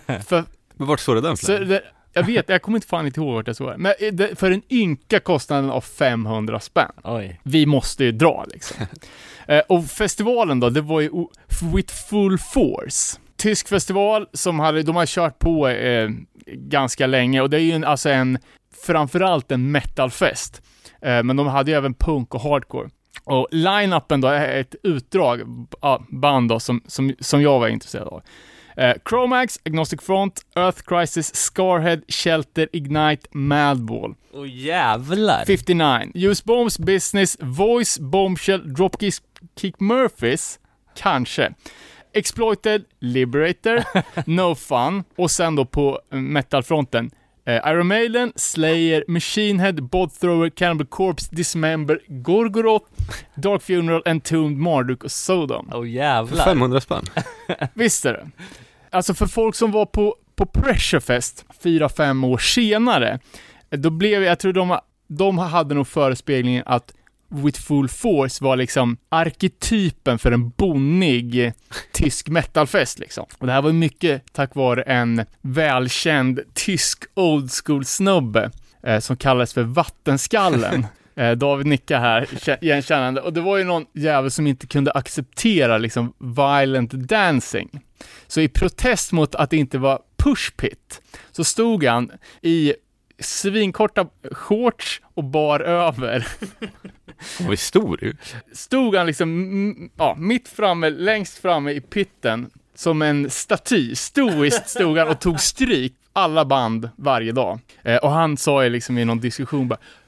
Men vart såg det den? Jag kommer inte fan inte ihåg vart jag såg det. Men för en ynka kostnaden av 500 spänn. Oj. Vi måste ju dra liksom. Och festivalen då, det var ju With Full Force. Tysk festival som de har kört på ganska länge och det är ju framförallt en metalfest. Men de hade ju även punk och hardcore. Och line-upen då är ett utdrag band då, som jag var intresserad av. Chromax, Agnostic Front, Earth Crisis, Scarhead, Shelter, Ignite, Madball. Jävlar! 59. Use Bombs, Business, Voice, Bombshell, Dropkick Murphys, kanske. Exploited, Liberator, No Fun. Och sen då på metalfronten Iron Maiden, Slayer, Machine Head, Bodthrower, Cannibal Corpse, Dismember, Gorgoroth, Dark Funeral, Entombed, Marduk och Sodom. Jävlar. 500 spänn. Visst är det. Alltså för folk som var på Pressurefest 4-5 år senare, då blev jag tror de hade nog förespeglingen att With Full Force var liksom arketypen för en bonnig tysk metalfest liksom. Och det här var mycket tack vare en välkänd tysk old school snubbe som kallades för Vattenskallen. David nickar här igenkännande. Och det var ju någon jävel som inte kunde acceptera liksom violent dancing. Så i protest mot att det inte var pushpit så stod han i svinkorta shorts och bar över. Vad är stor ju. Stod han liksom mitt framme, längst framme i pitten som en staty. Stoiskt stod han och tog stryk alla band varje dag. Och han sa ju liksom i någon diskussion bara,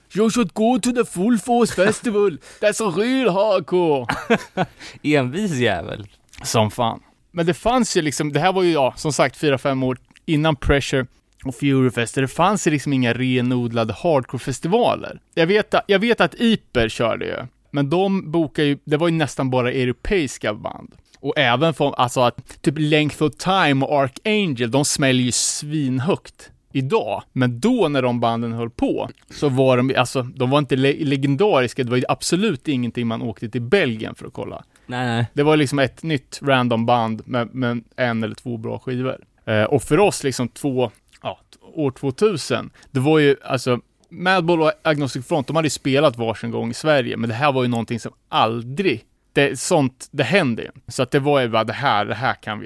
You should go to the Full Force Festival. That's a real hardcore. Envis jävel. Som fan. Men det fanns ju liksom, det här var ju som sagt 4-5 år innan Pressure och Furyfest. Det fanns ju liksom inga renodlade hardcore-festivaler. Jag vet att Iper körde ju. Men de bokar ju, det var ju nästan bara europeiska band. Och även från, alltså att typ Length of Time och Archangel, de smäller ju svinhögt idag. Men då när de banden höll på så var de var inte legendariska. Det var ju absolut ingenting man åkte till Belgien för att kolla. Nej. Det var liksom ett nytt random band med 1 eller 2 bra skivor. Och för oss liksom år 2000, det var ju alltså Madball och Agnostic Front, de hade ju spelat varsin gång i Sverige, men det här var ju någonting som aldrig, det hände ju. Så att det var ju bara det här kan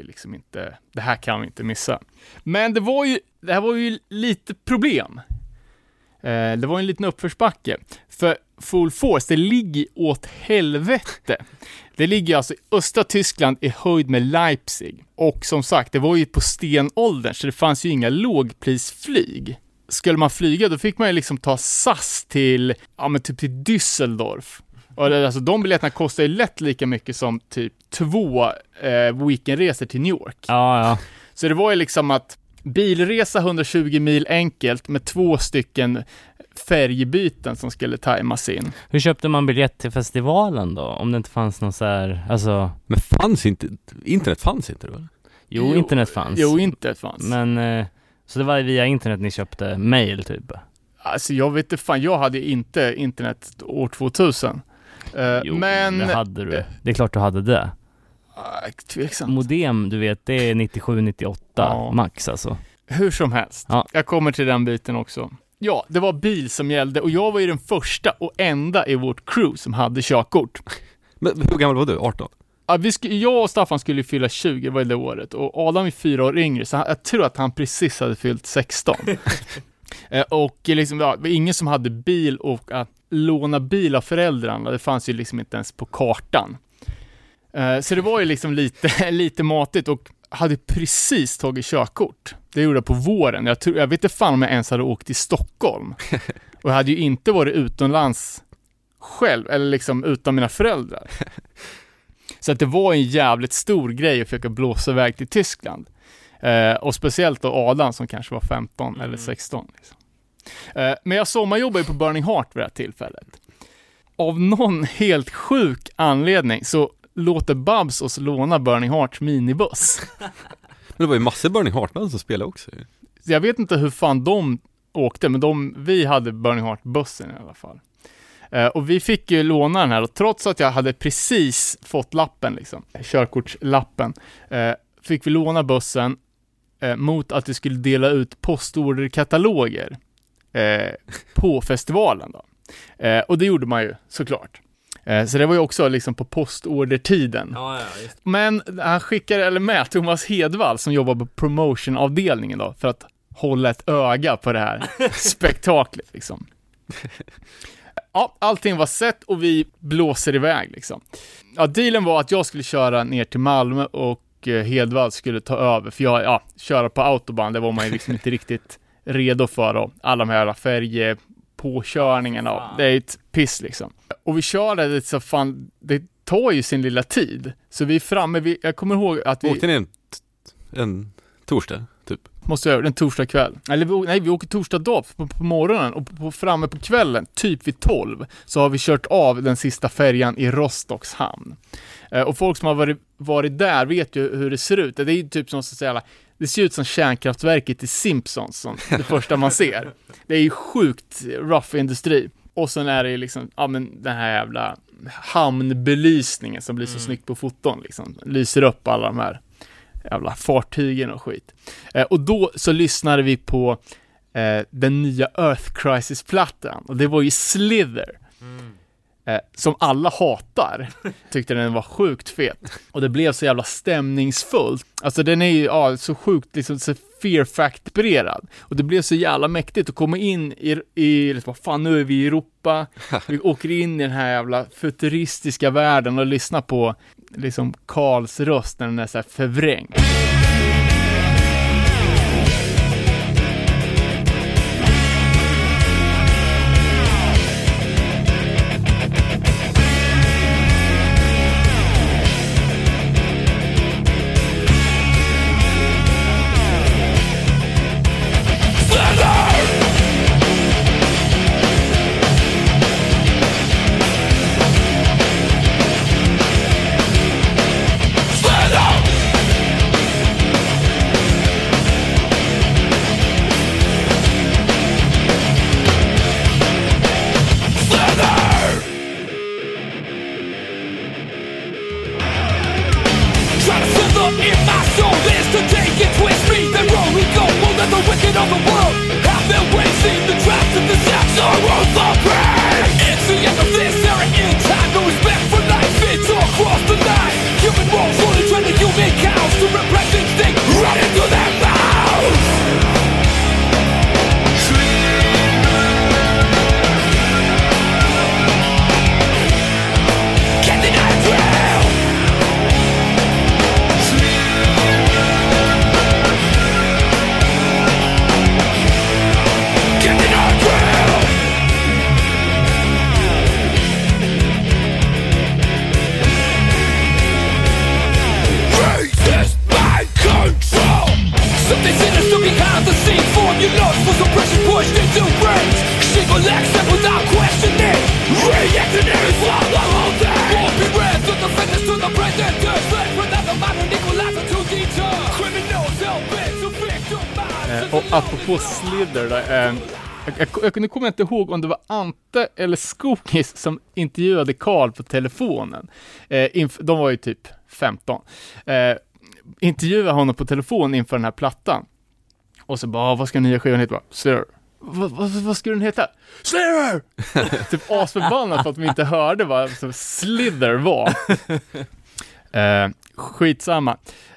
vi inte missa. Men det här var ju lite problem. Det var en liten uppförsbacke. För Full Force, det ligger åt helvete. Det ligger alltså i östra Tyskland i höjd med Leipzig. Och som sagt, det var ju på stenåldern, så det fanns ju inga lågprisflyg. Skulle man flyga, då fick man ju liksom ta SAS till Düsseldorf. Och alltså, de biljetterna kostar ju lätt lika mycket som typ 2 weekendresor till New York. Ja. Så det var ju liksom att bilresa 120 mil enkelt med 2 stycken färjebyten som skulle tajmas in. Hur köpte man biljett till festivalen då? Om det inte fanns någon så här, alltså... Men internet fanns inte då? Jo, internet fanns. Jo, internet fanns. Men, så det var via internet ni köpte mail typ? Alltså jag vet inte fan, jag hade inte internet år 2000. Jo, men det hade du. Det är klart du hade det. Tveksamt. Modem, du vet, det är 97-98 max alltså. Hur som helst. Ja. Jag kommer till den biten också. Ja, det var bil som gällde och jag var ju den första och enda i vårt crew som hade körkort. Men hur gammal var du? 18? Ja, jag och Staffan skulle fylla 20 var det året och Adam är 4 år yngre, så jag tror att han precis hade fyllt 16. Och liksom, det var ingen som hade bil, och att låna bil av föräldrarna, det fanns ju liksom inte ens på kartan. Så det var ju liksom lite matigt, och hade precis tagit körkort. Det gjorde jag på våren. Jag vet inte fan om jag ens hade åkt till Stockholm. Och jag hade ju inte varit utomlands själv, eller liksom utan mina föräldrar. Så att det var en jävligt stor grej att försöka blåsa iväg till Tyskland. Och speciellt då Adam som kanske var 15 eller 16. Liksom. Men jag sommarjobbade på Burning Heart vid det här tillfället. Av någon helt sjuk anledning så låter Babs oss låna Burning Hearts minibuss. Men det var ju massor Burning Heart-band som spelade också. Jag vet inte hur fan de åkte, men vi hade Burning Heart-bussen i alla fall. Och vi fick ju låna den här, och trots att jag hade precis fått lappen, liksom, körkortslappen, fick vi låna bussen mot att vi skulle dela ut postorderkataloger på festivalen då. Och det gjorde man ju såklart. Så det var ju också liksom på postordertiden. Ja, just. Men han skickade med Thomas Hedvall som jobbar på promotionavdelningen då, för att hålla ett öga på det här spektaklet liksom. Ja, allting var sett och vi blåser iväg liksom. Ja, dealen var att jag skulle köra ner till Malmö och Hedvall skulle ta över, för köra på autobahn, det var man ju liksom inte riktigt redo för då. Alla de här färjepåkörningarna, det är ett piss liksom. Och vi körde det så fan, det tar ju sin lilla tid. Så vi är framme, jag kommer ihåg att vi... Åkte ni en torsdag typ? Måste jag göra en torsdag kväll. Eller vi åker torsdag dag på morgonen, och framme på kvällen, typ vid 12, så har vi kört av den sista färjan i Rostocks hamn. Och folk som har varit där vet ju hur det ser ut. Det är ju typ som så att säga, det ser ut som kärnkraftverket i Simpsons, som det första man ser. Det är ju sjukt rough industri. Och sen är det liksom, den här jävla hamnbelysningen som blir så snyggt på foton liksom. Lyser upp alla de här jävla fartygen och skit. Och då så lyssnade vi på den nya Earth Crisis-plattan. Och det var ju Slither. Som alla hatar. Tyckte den var sjukt fet. Och det blev så jävla stämningsfullt. Alltså den är ju så sjukt liksom, så Fear Fact-brerad. Och det blev så jävla mäktigt att komma in i vad fan, nu är vi i Europa. Vi åker in i den här jävla futuristiska världen och lyssnar på liksom Karls röst när den är så här förvrängd. apropå Slither där, nu kommer jag inte ihåg om det var Ante eller Skogis som intervjuade Carl på telefonen. De var ju typ 15. Intervjuade honom på telefon inför den här plattan. Och så bara, vad ska den nya skivan heta? Slither. Vad skulle den heta? Slither! Typ asförbannat för att de inte hörde vad Slither var. Skitsamma.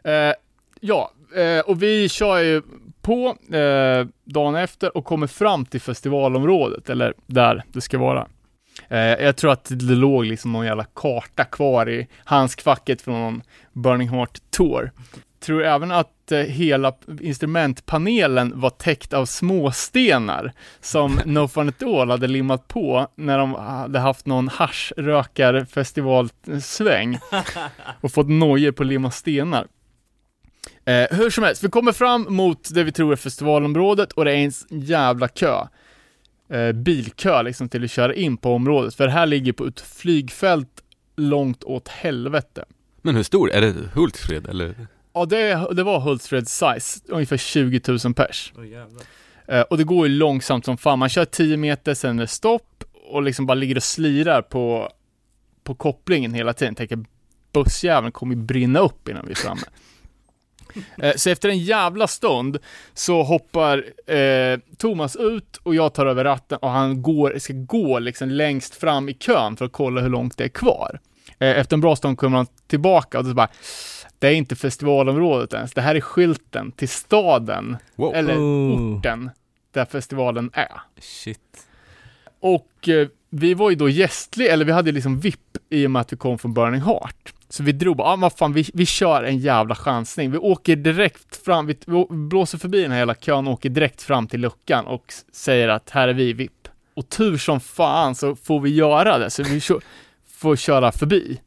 Och vi kör ju på dagen efter och kommer fram till festivalområdet, eller där det ska vara. Jag tror att det låg liksom någon jävla karta kvar i handskfacket från någon Burning Heart Tour. Tror även att hela instrumentpanelen var täckt av småstenar som No Fun At All hade limmat på när de hade haft någon haschrökarfestivalsväng och fått nojor på limma stenar. Hur som helst, vi kommer fram mot det vi tror är festivalområdet och det är en jävla kö. Bilkö liksom till att köra in på området. För det här ligger på ett flygfält långt åt helvete. Men hur stor? Är det Hultsfred eller? Ja, det var Hultsfred size, ungefär 20 000 pers. Och det går ju långsamt som fan. Man kör 10 meter, sen är det stopp och liksom bara ligger och slirar på kopplingen hela tiden. Tänker bussjäveln kommer ju brinna upp innan vi är framme. Så efter en jävla stund så hoppar Thomas ut och jag tar över ratten och han ska gå liksom längst fram i kön för att kolla hur långt det är kvar. Efter en bra stund kommer han tillbaka och så bara, det är inte festivalområdet ens, det här är skylten till staden eller orten där festivalen är. Shit. Och vi var ju då gästliga, eller vi hade liksom VIP i och med att vi kom från Burning Heart. Så vi drog bara, vad fan, vi kör en jävla chansning. Vi åker direkt fram, vi blåser förbi den här hela kön och åker direkt fram till luckan och säger att här är vi VIP. Och tur som fan så får vi göra det, så vi får köra förbi.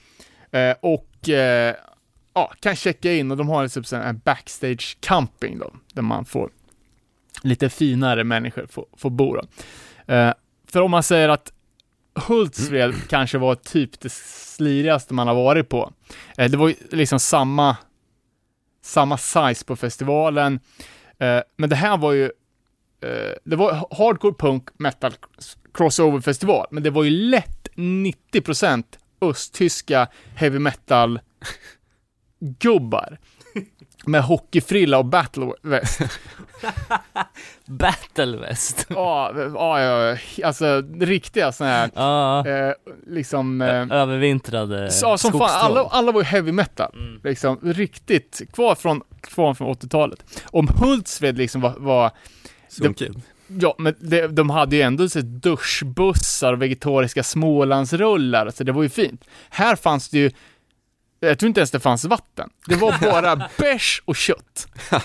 Kan checka in och de har typ en backstage camping då, där man får lite finare människor får bo då. För om man säger att Hultsfred kanske var typ det slirigaste man har varit på. Det var ju liksom samma size på festivalen. Men det här var ju det var hardcore punk metal crossover festival, men det var ju lätt 90% östtyska heavy metal gubbar med hockeyfrilla och battle vest. Battle vest. Ja, alltså riktiga såna här liksom övervintrade som fan, alla var ju heavy metal. Liksom riktigt kvar från 80-talet. Om Hultsfred liksom var ja, men de hade ju ändå så duschbussar och vegetariska Smålandsrullar, så det var ju fint. Här fanns det ju, jag tror inte ens det fanns vatten. Det var bara bärs och kött.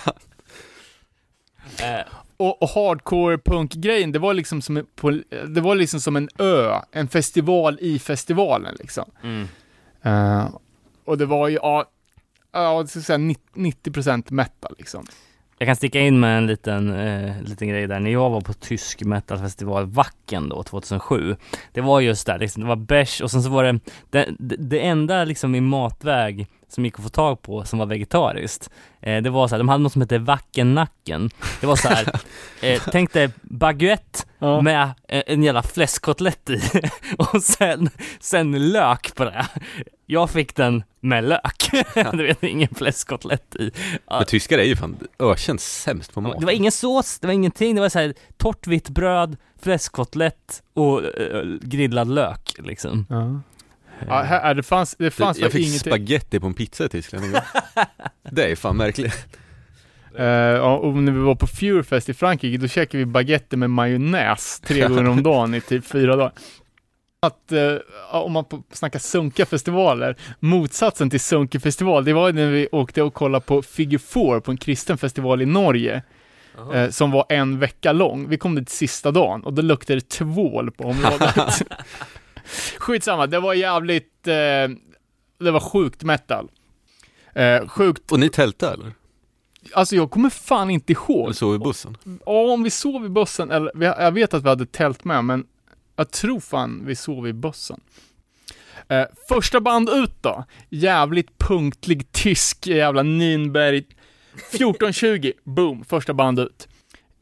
Och hardcore punk-grejen, det var liksom som en ö, en festival i festivalen liksom. Och det var ju jag ska säga 90% metal liksom. Jag kan sticka in med en liten grej där. När jag var på tysk metalfestival Wacken då 2007, det var just där liksom, det var bärs och sen så var det enda liksom i matväg som gick att få tag på som var vegetariskt. Det var så här, de hade något som hette Wackennacken. Det var så här, tänk dig baguette med en jävla fläskkotlett i och sen lök på det. Jag fick den med lök. Du vet, ingen fläskkotlett i. Men tyskar är ju fan ökänt sämst på mat. Det var ingen sås, det var ingenting. Det var så här torrt vitt bröd, fläskkotlett och grillad lök liksom. Ja, det fanns jag fick ingenting. spaghetti på en pizza i Tyskland. Det är fan märkligt. Och när vi var på Furefest i Frankrike, då käkade vi baguette med majonnäs 3 gånger om dagen i typ 4 dagar. Att om man snackar sunkafestivaler, motsatsen till sunkefestival, det var när vi åkte och kollade på Figure 4 på en kristen festival i Norge. Som var 1 vecka lång. Vi kom dit sista dagen och då luktade det tvål på området. Skitsamma, det var jävligt det var sjukt metal. Sjukt. Och ni tältade eller? Alltså jag kommer fan inte ihåg. Eller sov i bussen? Ja, om vi sov i bussen, eller jag vet att vi hade tält med, men jag tror fan vi sov i bussen. Första band ut då. Jävligt punktlig tysk jävla Nürnberg. 14:20, boom, första band ut.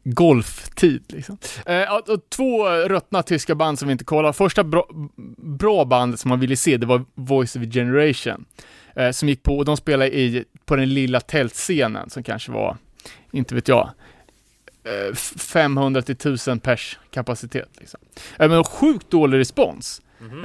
golftid liksom. Och 2 ruttna tyska band som vi inte kollar. Första bra bandet som man ville se, det var Voice of a Generation. Som gick på, och de spelade på den lilla tältscenen som kanske var, inte vet jag, 500 till 1000 pers kapacitet liksom. Men sjukt dålig respons.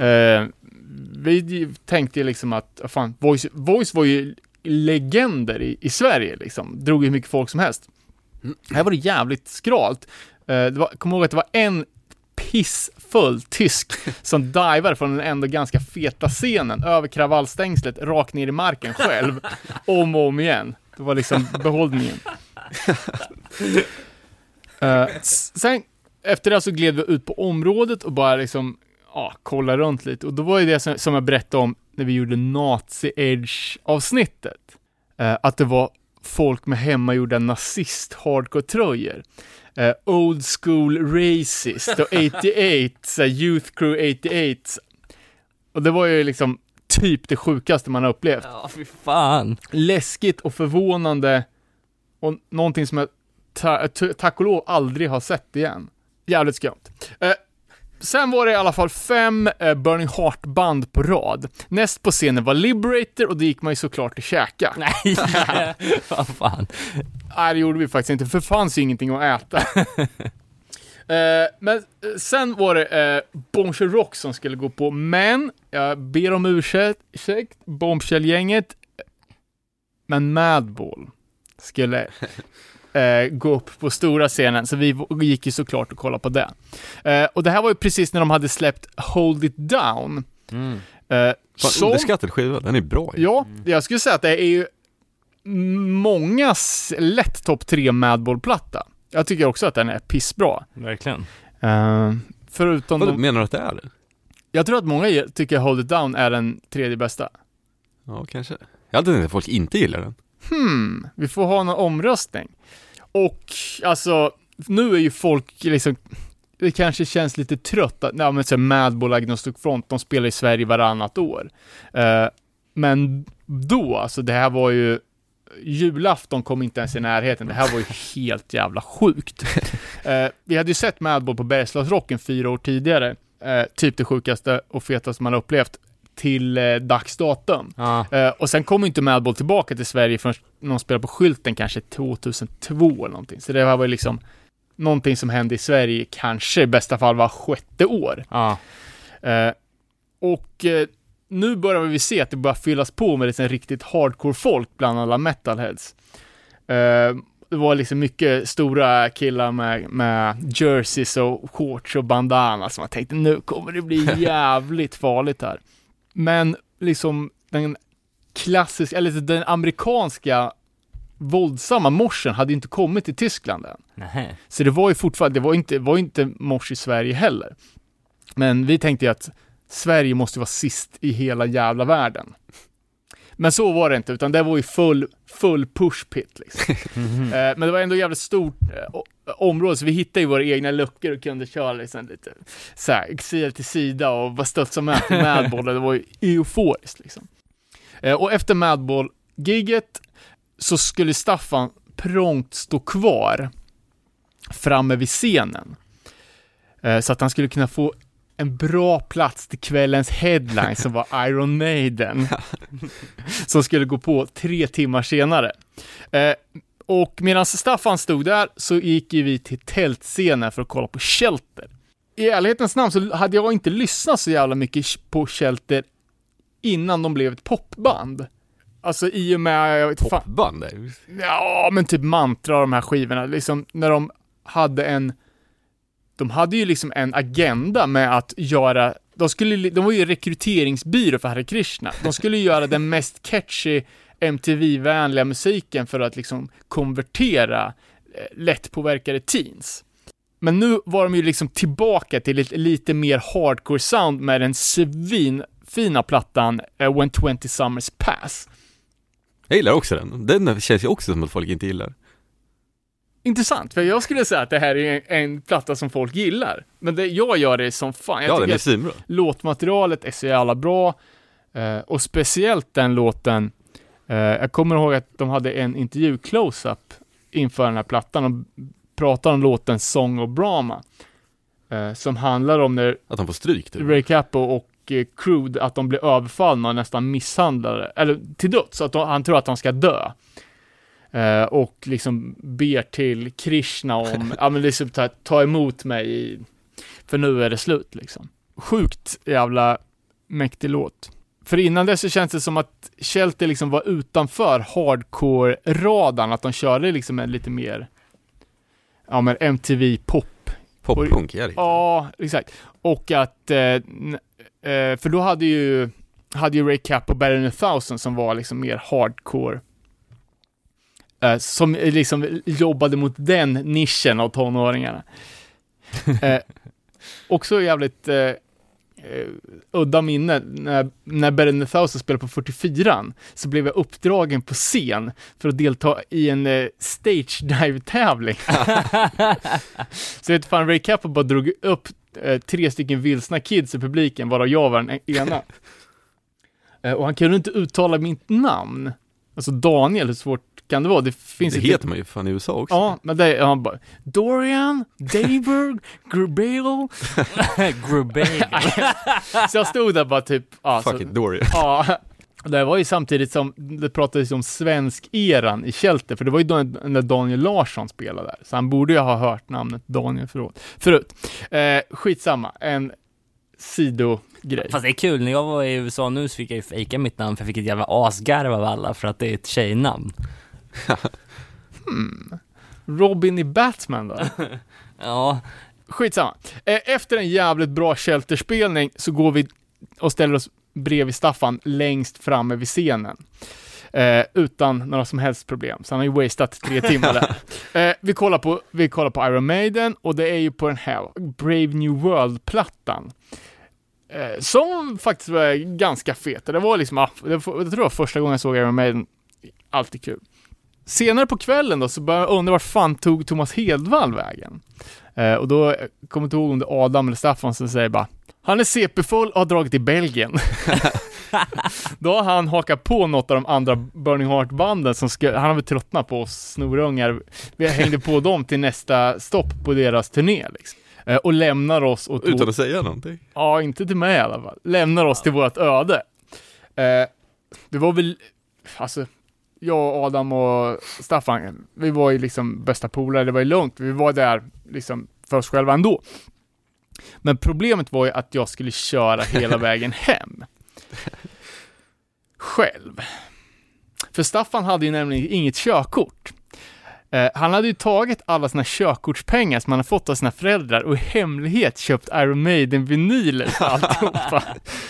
Vi tänkte liksom att fan, Voice var ju legender i Sverige liksom. Drog ju mycket folk som helst. Här var det jävligt skralt. Kom ihåg att det var en pissfull tysk som divar från den ändå ganska feta scenen över kravallstängslet rakt ner i marken själv om och om igen. Det var liksom behållningen. Sen efter det så gled vi ut på området och bara liksom kolla runt lite. Och då var ju det som jag berättade om när vi gjorde Nazi Edge-avsnittet. Att det var folk med hemmagjorda nazist-hardcore-tröjor. Old School Racist och 88, Youth Crew 88. Och det var ju liksom typ det sjukaste man har upplevt. Ja, fy fan. Läskigt och förvånande. Och någonting som jag tack och lov aldrig har sett igen. Jävligt skumt. Sen var det i alla fall 5 Burning Heart-band på rad. Näst på scenen var Liberator och det gick man ju såklart att käka. Nej, vad fan. Nej, det gjorde vi faktiskt inte, för det fanns ju ingenting att äta. Men sen var det Bombshell Rock som skulle gå på. Men, jag ber om ursäkt, Bombshell-gänget. Men Madball skulle gå upp på stora scenen, så vi gick ju såklart och kollade på det. Och det här var ju precis när de hade släppt Hold It Down. Underskattad skiva, den är bra. Ja, jag skulle säga att det är ju mångas lätt topp 3 Madball-platta. Jag tycker också att den är pissbra. Verkligen. Förutom menar du att det är det? Jag tror att många tycker Hold It Down är den 3:e bästa. Ja, kanske. Jag hade tänkt att folk inte gillar den. Vi får ha någon omröstning. Och alltså, nu är ju folk liksom, det kanske känns lite trött att så Madball, Agnostic Front, de spelar i Sverige varannat år. Men då, alltså det här var ju julafton, kom inte ens i närheten. Det här var ju helt jävla sjukt. Vi hade ju sett Madball på Bergslagsrocken 4 år tidigare. Typ det sjukaste och fetaste man har upplevt till dagsdatum. Och sen kom inte Madball tillbaka till Sverige förrän någon spelade på Skylten kanske 2002 eller någonting. Så det var ju liksom någonting som hände i Sverige kanske i bästa fall var 6:e år. Och nu börjar vi se att det börjar fyllas på med liksom riktigt hardcore folk bland alla metalheads. Det var liksom mycket stora killar med jerseys och shorts och bandana som jag tänkte, nu kommer det bli jävligt farligt här. Men liksom den klassiska, eller den amerikanska våldsamma morsen hade inte kommit till Tyskland än. Nej. Så det var ju fortfarande, det var inte mors i Sverige heller. Men vi tänkte ju att Sverige måste vara sist i hela jävla världen. Men så var det inte, utan det var ju full push pit liksom. Men det var ändå jävligt stort område, så vi hittade ju våra egna luckor och kunde köra liksom lite så här, sida till sida och bara stötsa med till Madball. Det var ju euforiskt liksom. Och efter Madball-giget så skulle Staffan prompt stå kvar framme vid scenen. Så att han skulle kunna få en bra plats till kvällens headline som var Iron Maiden. Som skulle gå på 3 timmar senare. Och medan Staffan stod där så gick vi till tältscenen för att kolla på Shelter. I ärlighetens namn så hade jag inte lyssnat så jävla mycket på Shelter innan de blev ett popband. Alltså i och med... Jag vet, popband? Ja, men typ Mantra, de här skivorna. Liksom när de hade de hade ju liksom en agenda med att göra... De var ju rekryteringsbyrå för Hare Krishna. De skulle göra den mest catchy MTV-vänliga musiken för att liksom konvertera lättpåverkade teens. Men nu var de ju liksom tillbaka till lite mer hardcore sound med den svinfina plattan When 20 Summers Pass. Jag gillar också den. Den känns ju också som att folk inte gillar. Intressant, för jag skulle säga att det här är en platta som folk gillar. Men jag gör det som fan. Jag den är svinbra. Låtmaterialet är så jävla bra. Och speciellt den låten. Jag kommer ihåg att de hade en intervju close-up inför den här plattan och pratar om låten Song of Brahma. Som handlar om när Att han får stryk typ. Ray Cappo och Crude, att de blir överfallna och nästan misshandlade, eller till döds, så att han tror att de ska dö. Och liksom ber till Krishna om ja, men liksom ta emot mig för nu är det slut liksom. Sjukt jävla mäktig låt. För innan det så känns det som att Shelter liksom var utanför hardcore-radarn, att de körde liksom en lite mer men MTV Pop-punk, ja. Ja, exakt. Och att för då hade ju Ray Cappo och Better Than 1000 som var liksom mer hardcore, som liksom jobbade mot den nischen av tonåringarna. Också jävligt udda minne när Better Than 1000 spelade på 44 så blev jag uppdragen på scen för att delta i en stage dive-tävling. Så vet fan, Ray Cappo bara drog upp 3 stycken vilsna kids i publiken, varav jag var den ena. Och han kunde inte uttala mitt namn. Alltså Daniel, hur svårt kan det vara? Det heter man ju fan i USA också. Ja, men det är han bara Dorian, David, Grubel. Så jag stod där bara typ Fuck it, Dorian. Ja, det var ju samtidigt som det pratades om svensk eran i Shelter, för det var ju när Daniel Larsson spelade där. Så han borde ju ha hört namnet Daniel förut. Skitsamma, en sidogrej. Fast det är kul, när jag var i USA nu så fick jag ju fejka mitt namn, för jag fick ett jävla asgarv av alla för att det är ett tjejnamn. Robin i Batman då? Ja. Skitsamma. Efter en jävligt bra Shelter-spelning så går vi och ställer oss bredvid Staffan längst framme vid scenen. Utan några som helst problem. Så han har ju wastat 3 timmar där. Vi kollar på Iron Maiden, och det är ju på den här Brave New World-plattan. Som faktiskt var ganska fet. Det var liksom, jag tror det var första gången jag såg Iron Maiden. Alltid kul. Senare på kvällen då så började jag undra vart fan tog Thomas Hedvall vägen. Och då kommer jag ihåg om det Adam eller Staffan som säger bara, han är CP-full och har dragit till Belgien. Då har han hakat på något av de andra Burning Heart-banden som han har väl tröttnat på oss snorungar. Vi hängde på dem till nästa stopp på deras turné liksom. Och lämnar oss utan att säga någonting. Ja, inte till mig i alla fall. Lämnar oss till vårt öde. Det var väl, alltså, jag, Adam och Staffan, vi var ju liksom bästa polare, det var ju lugnt. Vi var där liksom för oss själva ändå. Men problemet var ju att jag skulle köra hela vägen hem. Själv. För Staffan hade ju nämligen inget körkort. Han hade ju tagit alla sina körkortspengar som han hade fått av sina föräldrar och i hemlighet köpt Iron Maiden-vinyler för alltihopa.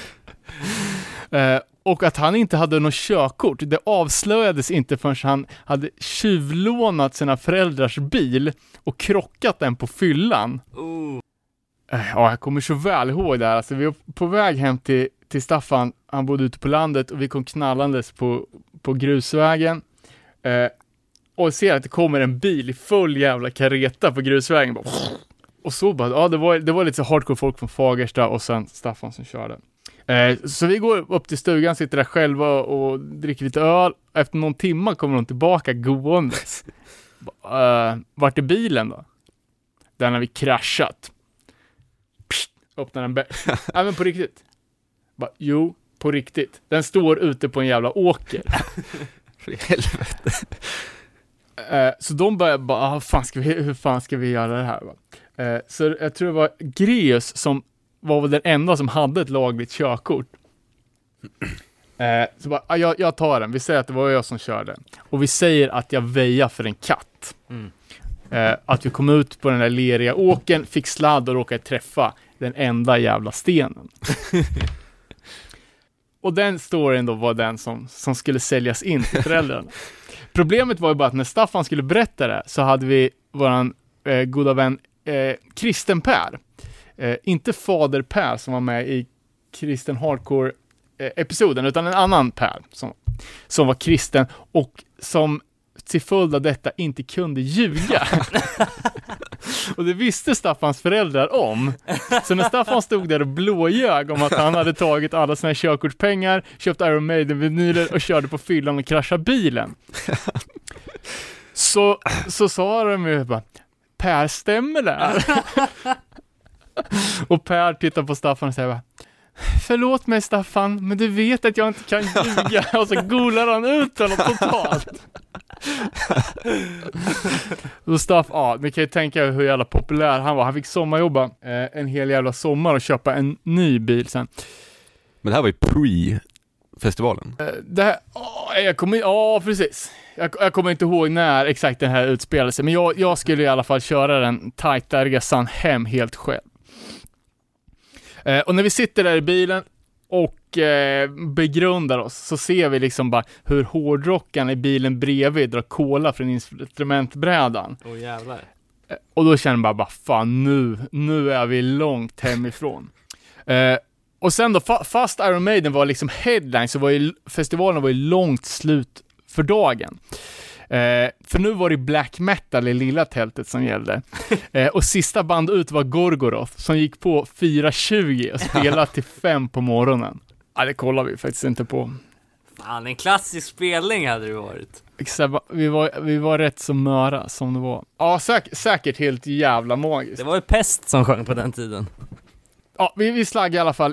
Och att han inte hade något körkort, det avslöjades inte förrän han hade tjuvlånat sina föräldrars bil och krockat den på fyllan. Ja, jag kommer så väl ihåg det här. Alltså, vi var på väg hem till Staffan. Han bodde ute på landet och vi kom knallandes på grusvägen. Och ser att det kommer en bil i full jävla kareta på grusvägen. Och så bara, ja, det var lite så hardcore folk från Fagersta och sen Staffan som körde. Så vi går upp till stugan, sitter där själva och dricker lite öl. Efter någon timma kommer de tillbaka gåendes. Vart är bilen då? Den har vi kraschat. Öppnar den ja, men på riktigt. Jo, på riktigt. Den står ute på en jävla åker. För helvete. Så de börjar bara, hur fan ska vi göra det här? Så jag tror det var Greus som var väl den enda som hade ett lagligt körkort. Så bara, jag tar den. Vi säger att det var jag som körde. Och vi säger att jag väjar för en katt. Att vi kom ut på den där leriga åken, fick sladd och råkade träffa den enda jävla stenen. Och den storyn då var den som skulle säljas in till föräldrarna. Problemet var ju bara att när Staffan skulle berätta det så hade vi våran goda vän Kristen Per. Inte fader Per som var med i Kristen Hardcore episoden, utan en annan Per som var kristen och som till följd av detta inte kunde ljuga. Och det visste Staffans föräldrar om. Så när Staffan stod där och blåljög om att han hade tagit alla sina körkortspengar, köpt Iron Maiden-vinyler och körde på fyllan och kraschade bilen. Så sa de ju bara, Per, stämmer det? Och Per tittar på Staffan och säger bara, förlåt mig Staffan, men du vet att jag inte kan ljuga. Och så golar han ut honom totalt. Och Staffan, ni kan ju tänka hur jävla populär han var. Han fick sommarjobba en hel jävla sommar och köpa en ny bil sen. Men det här var ju pre-festivalen. Det här, precis. Jag kommer inte ihåg när exakt den här utspelade sig, men jag skulle i alla fall köra den tajta resan hem helt själv. Och när vi sitter där i bilen och begrundar oss, så ser vi liksom bara hur hårdrockaren i bilen bredvid drar cola från instrumentbrädan. Jävlar. Och då känner man bara fan, nu är vi långt hemifrån. Och sen då, fast Iron Maiden var liksom headline, så var ju festivalen var ju långt slut för dagen. För nu var det black metal i lilla tältet som gällde. Och sista band ut var Gorgoroth, som gick på 4:20 och spelade till 5 på morgonen. Ja, det kollar vi faktiskt inte på. Fan, en klassisk spelning hade det varit. Vi var rätt så möra som det var. Ja, säkert helt jävla magiskt. Det var ju Pest som sjöng på den tiden. Ja, vi slag i alla fall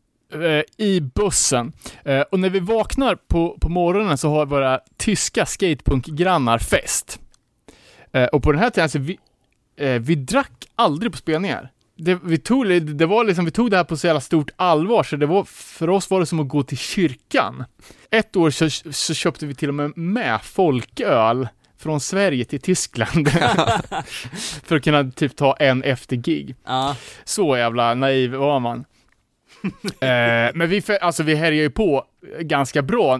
i bussen. Och när vi vaknar på morgonen så har våra tyska skatepunk-grannar fest. Och på den här tiden så vi drack aldrig på spelningar. Vi tog det här på så jävla stort allvar, så för oss var det som att gå till kyrkan. Ett år så köpte vi till och med folköl från Sverige till Tyskland för att kunna typ ta en efter gig. Så jävla naiv var man. Men vi härjade ju på ganska bra,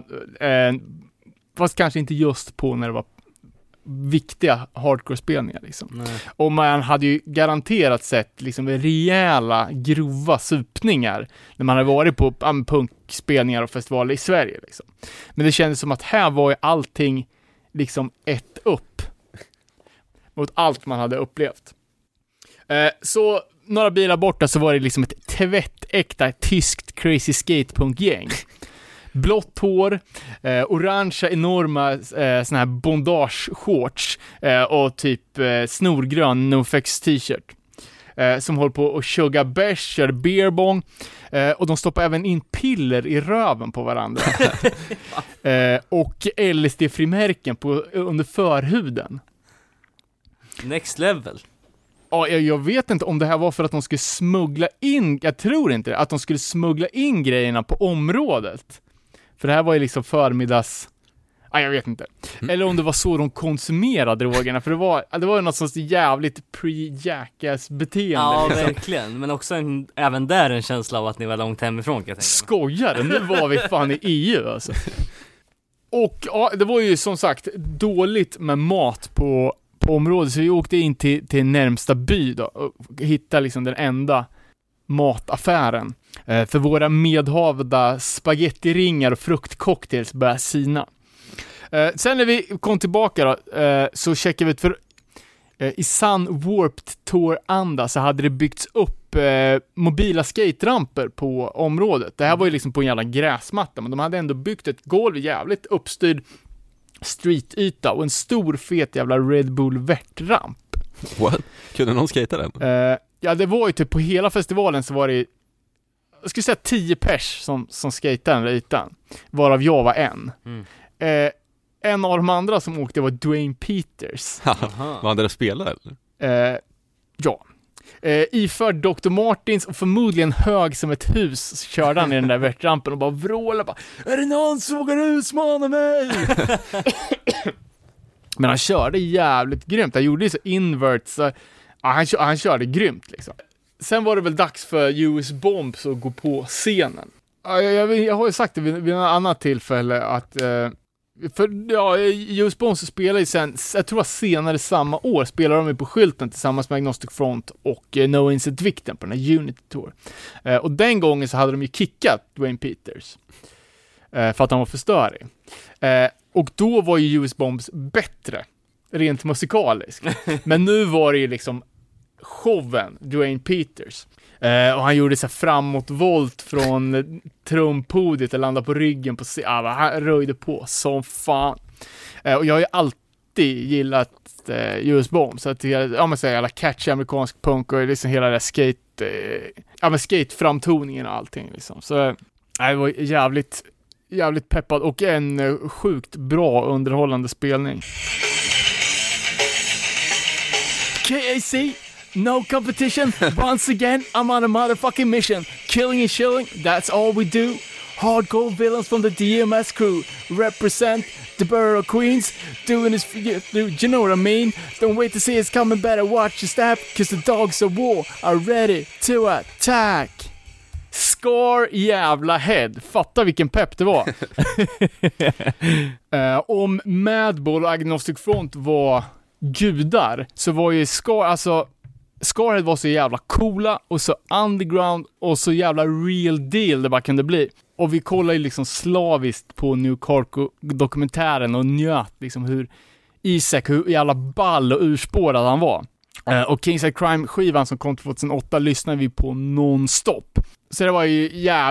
fast kanske inte just på när det var viktiga hardcore-spelningar liksom. Och man hade ju garanterat sett liksom rejäla, grova supningar när man hade varit på punkspelningar och festivaler i Sverige liksom. Men det kändes som att här var ju allting liksom ett upp mot allt man hade upplevt. Så några bilar borta så var det liksom ett tvättäkta tyskt crazy skatepunk-gäng. Blått hår, orangea enorma såna här bondage-shorts och typ snorgrön NoFX t-shirt. Som håller på att chugga bärs, kör beerbong, och de stoppar även in piller i röven på varandra. Och LSD-frimärken under förhuden. Next level. Ja, jag vet inte om det här var för att de skulle smuggla in, jag tror inte det, att de skulle smuggla in grejerna på området. För det här var ju liksom förmiddags, jag vet inte. Eller om det var så de konsumerade drogerna, för det var ju något sånt jävligt pre-jackass beteende. Ja, liksom. verkligen. Men också även där en känsla av att ni var långt hemifrån, kan jag tänka. Skojar, nu var vi fan i EU alltså. Och ja, det var ju som sagt dåligt med mat på området, så vi åkte in till närmsta by då och hittade liksom den enda mataffären. För våra medhavda spagettiringar och fruktcocktails började sina. Sen när vi kom tillbaka då, så checkade vi för i Sun Warped Tour-anda så hade det byggts upp mobila skateramper på området. Det här var ju liksom på en jävla gräsmatta, men de hade ändå byggt ett golv, jävligt uppstyrd streetyta och en stor fet jävla Red Bull värtramp. What? Kunde någon skata den? Ja, det var ju typ på hela festivalen så var det, jag skulle säga 10 pers som skatade den där ytan, varav jag var en. En av de andra som åkte var Dwayne Peters. Var han där och spelade eller? Ja. Iförd Dr. Martins och förmodligen hög som ett hus, körde han i den där värtrampen och bara vrålade bara, är det någon som vågar utmana mig? Men han körde jävligt grymt. Han gjorde så inverts, så han körde grymt liksom. Sen var det väl dags för US Bombs att gå på scenen. Jag har ju sagt det vid något annat tillfälle att US Bombs spelade sen, jag tror att senare samma år spelade de på skylten tillsammans med Agnostic Front och No Incent Victim på den här Unity Tour. Och den gången så hade de ju kickat Dwayne Peters för att han var för störig. Och då var ju US Bombs bättre rent musikaliskt. Men nu var det ju liksom showen Dwayne Peters. Och han gjorde så framåtvolt från trumpodiet och landade på ryggen på han röjde på som fan. Och jag har ju alltid gillat US Bomb, så att man säger alla catchy amerikansk punk och liksom hela det skate-framtoningen och allting liksom. Så det var jävligt peppad och en sjukt bra underhållande spelning. KAC, no competition. Once again, I'm on a motherfucking mission. Killing and chilling, that's all we do. Hardcore villains from the DMS crew represent the borough queens, doing this for you, you know what I mean? Don't wait to see us coming, better watch your step, cause the dogs of war are ready to attack. Scar jävla head. Fatta vilken pepp det var. Om Madball och Agnostic Front var gudar, så var ju Scarhead var så jävla coola och så underground och så jävla real deal det bara kunde bli. Och vi kollade ju liksom slaviskt på New Carco-dokumentären och njöt liksom hur jävla ball och urspårad han var. Och Kingside Crime-skivan som kom 2008 lyssnade vi på non-stop. Så det var ju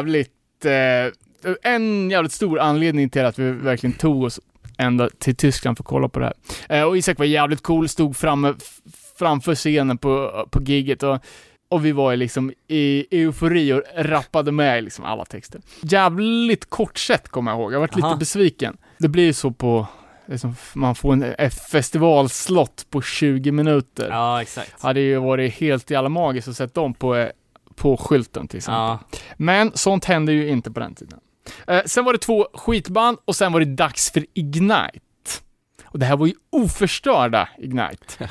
en jävligt stor anledning till att vi verkligen tog oss ända till Tyskland för att kolla på det här. Och Isaac var jävligt cool, stod framför scenen på gigget och vi var ju liksom i eufori och rappade med liksom alla texter. Jävligt kort sätt kommer jag ihåg. Jag har varit lite besviken. Det blir ju så på liksom, man får en festivalslott på 20 minuter. Ja, exakt. Hade ju varit helt jävla magiskt att sätta dem på skylten till exempel. Ja. Men sånt hände ju inte på den tiden. Sen var det 2 skitband och sen var det dags för Ignite. Och det här var ju oförstörda Ignite.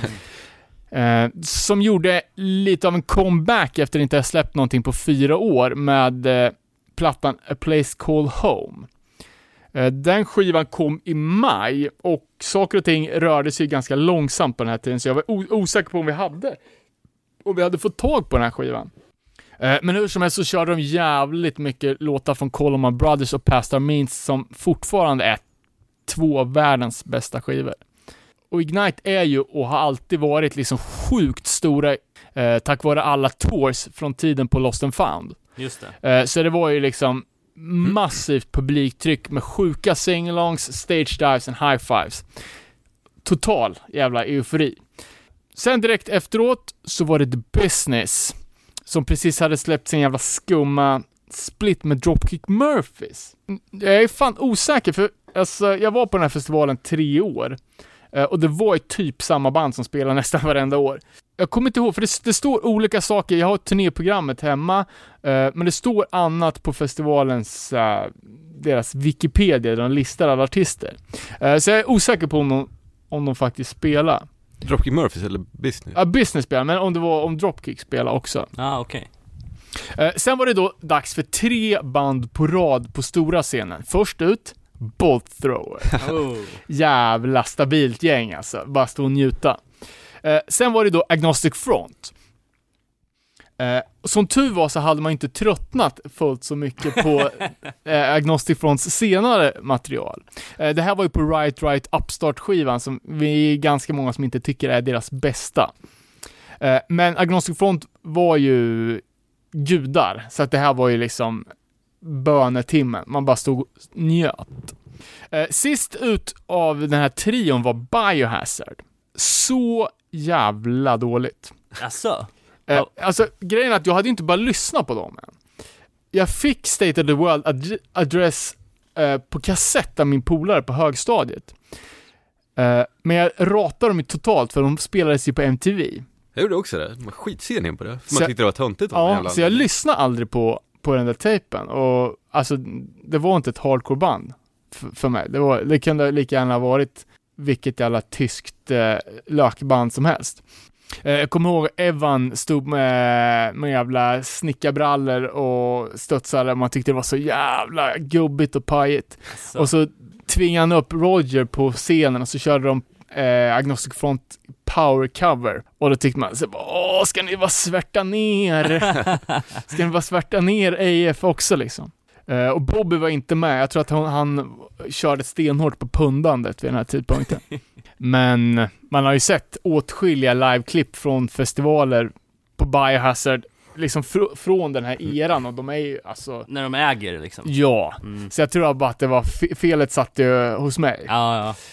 Som gjorde lite av en comeback efter att inte ha släppt någonting på 4 år med plattan A Place Called Home. Den skivan kom i maj och saker och ting rörde sig ganska långsamt på den här tiden, så jag var osäker på om vi hade fått tag på den här skivan. Men hur som helst så körde de jävligt mycket låtar från Coleman Brothers och Past Our Means som fortfarande är 2 av världens bästa skivor. Och Ignite är ju och har alltid varit liksom sjukt stora tack vare alla tours från tiden på Lost and Found. Just det. Så det var ju liksom massivt publiktryck med sjuka sing-alongs, stage dives and high fives. Total jävla eufori. Sen direkt efteråt så var det The Business som precis hade släppt sin jävla skumma split med Dropkick Murphys. Jag är fan osäker för alltså, jag var på den här festivalen 3 år. Och det var ju typ samma band som spelar nästan varenda år. Jag kommer inte ihåg, för det står olika saker. Jag har turnéprogrammet hemma, men det står annat på festivalens deras Wikipedia där de listar alla artister. Så jag är osäker på om de faktiskt spelar. Dropkick Murphys eller Business? Ja, Business spelar, men om Dropkick spelar också. Okej. Sen var det då dags för 3 band på rad på stora scenen. Först ut Bolt Thrower. Jävla stabilt gäng alltså. Bara stå och njuta. Sen var det då Agnostic Front. Som tur var så hade man inte tröttnat fullt så mycket på Agnostic Fronts senare material. Det här var ju på Right Upstart-skivan som vi är ganska många som inte tycker är deras bästa. Men Agnostic Front var ju gudar, så att det här var ju liksom bönetimmen. Man bara stod och njöt. Sist ut av den här trion var Biohazard. Så jävla dåligt. Asså? Alltså, grejen är att jag hade inte bara lyssnat på dem än. Jag fick State of the World Address på kassett av min polare på högstadiet. Men jag ratade dem ju totalt för de spelades ju på MTV. Jag gjorde också det. Man skitserien på det. För man tyckte det var töntigt. Ja, så jag lyssnade aldrig på den där tejpen. Och alltså, det var inte ett hardcore-band för mig. Det kunde lika gärna ha varit vilket jävla tyskt lökband som helst. Jag kommer ihåg Evan stod med jävla snickarbrallor och studsade. Man tyckte det var så jävla gubbigt och pajigt. Så. Och så tvingade han upp Roger på scenen och så körde de Agnostic Front power cover. Och då tyckte man så, ska ni bara svärta ner? Ska ni bara svärta ner AF också liksom? Och Bobby var inte med. Jag tror att han körde stenhårt på pundandet vid den här tidpunkten. Men man har ju sett åtskilliga liveklipp från festivaler på Biohazard liksom från den här eran, och de är ju alltså... När de äger liksom. Ja, så jag tror bara att det var felet satt ju hos mig. Ja.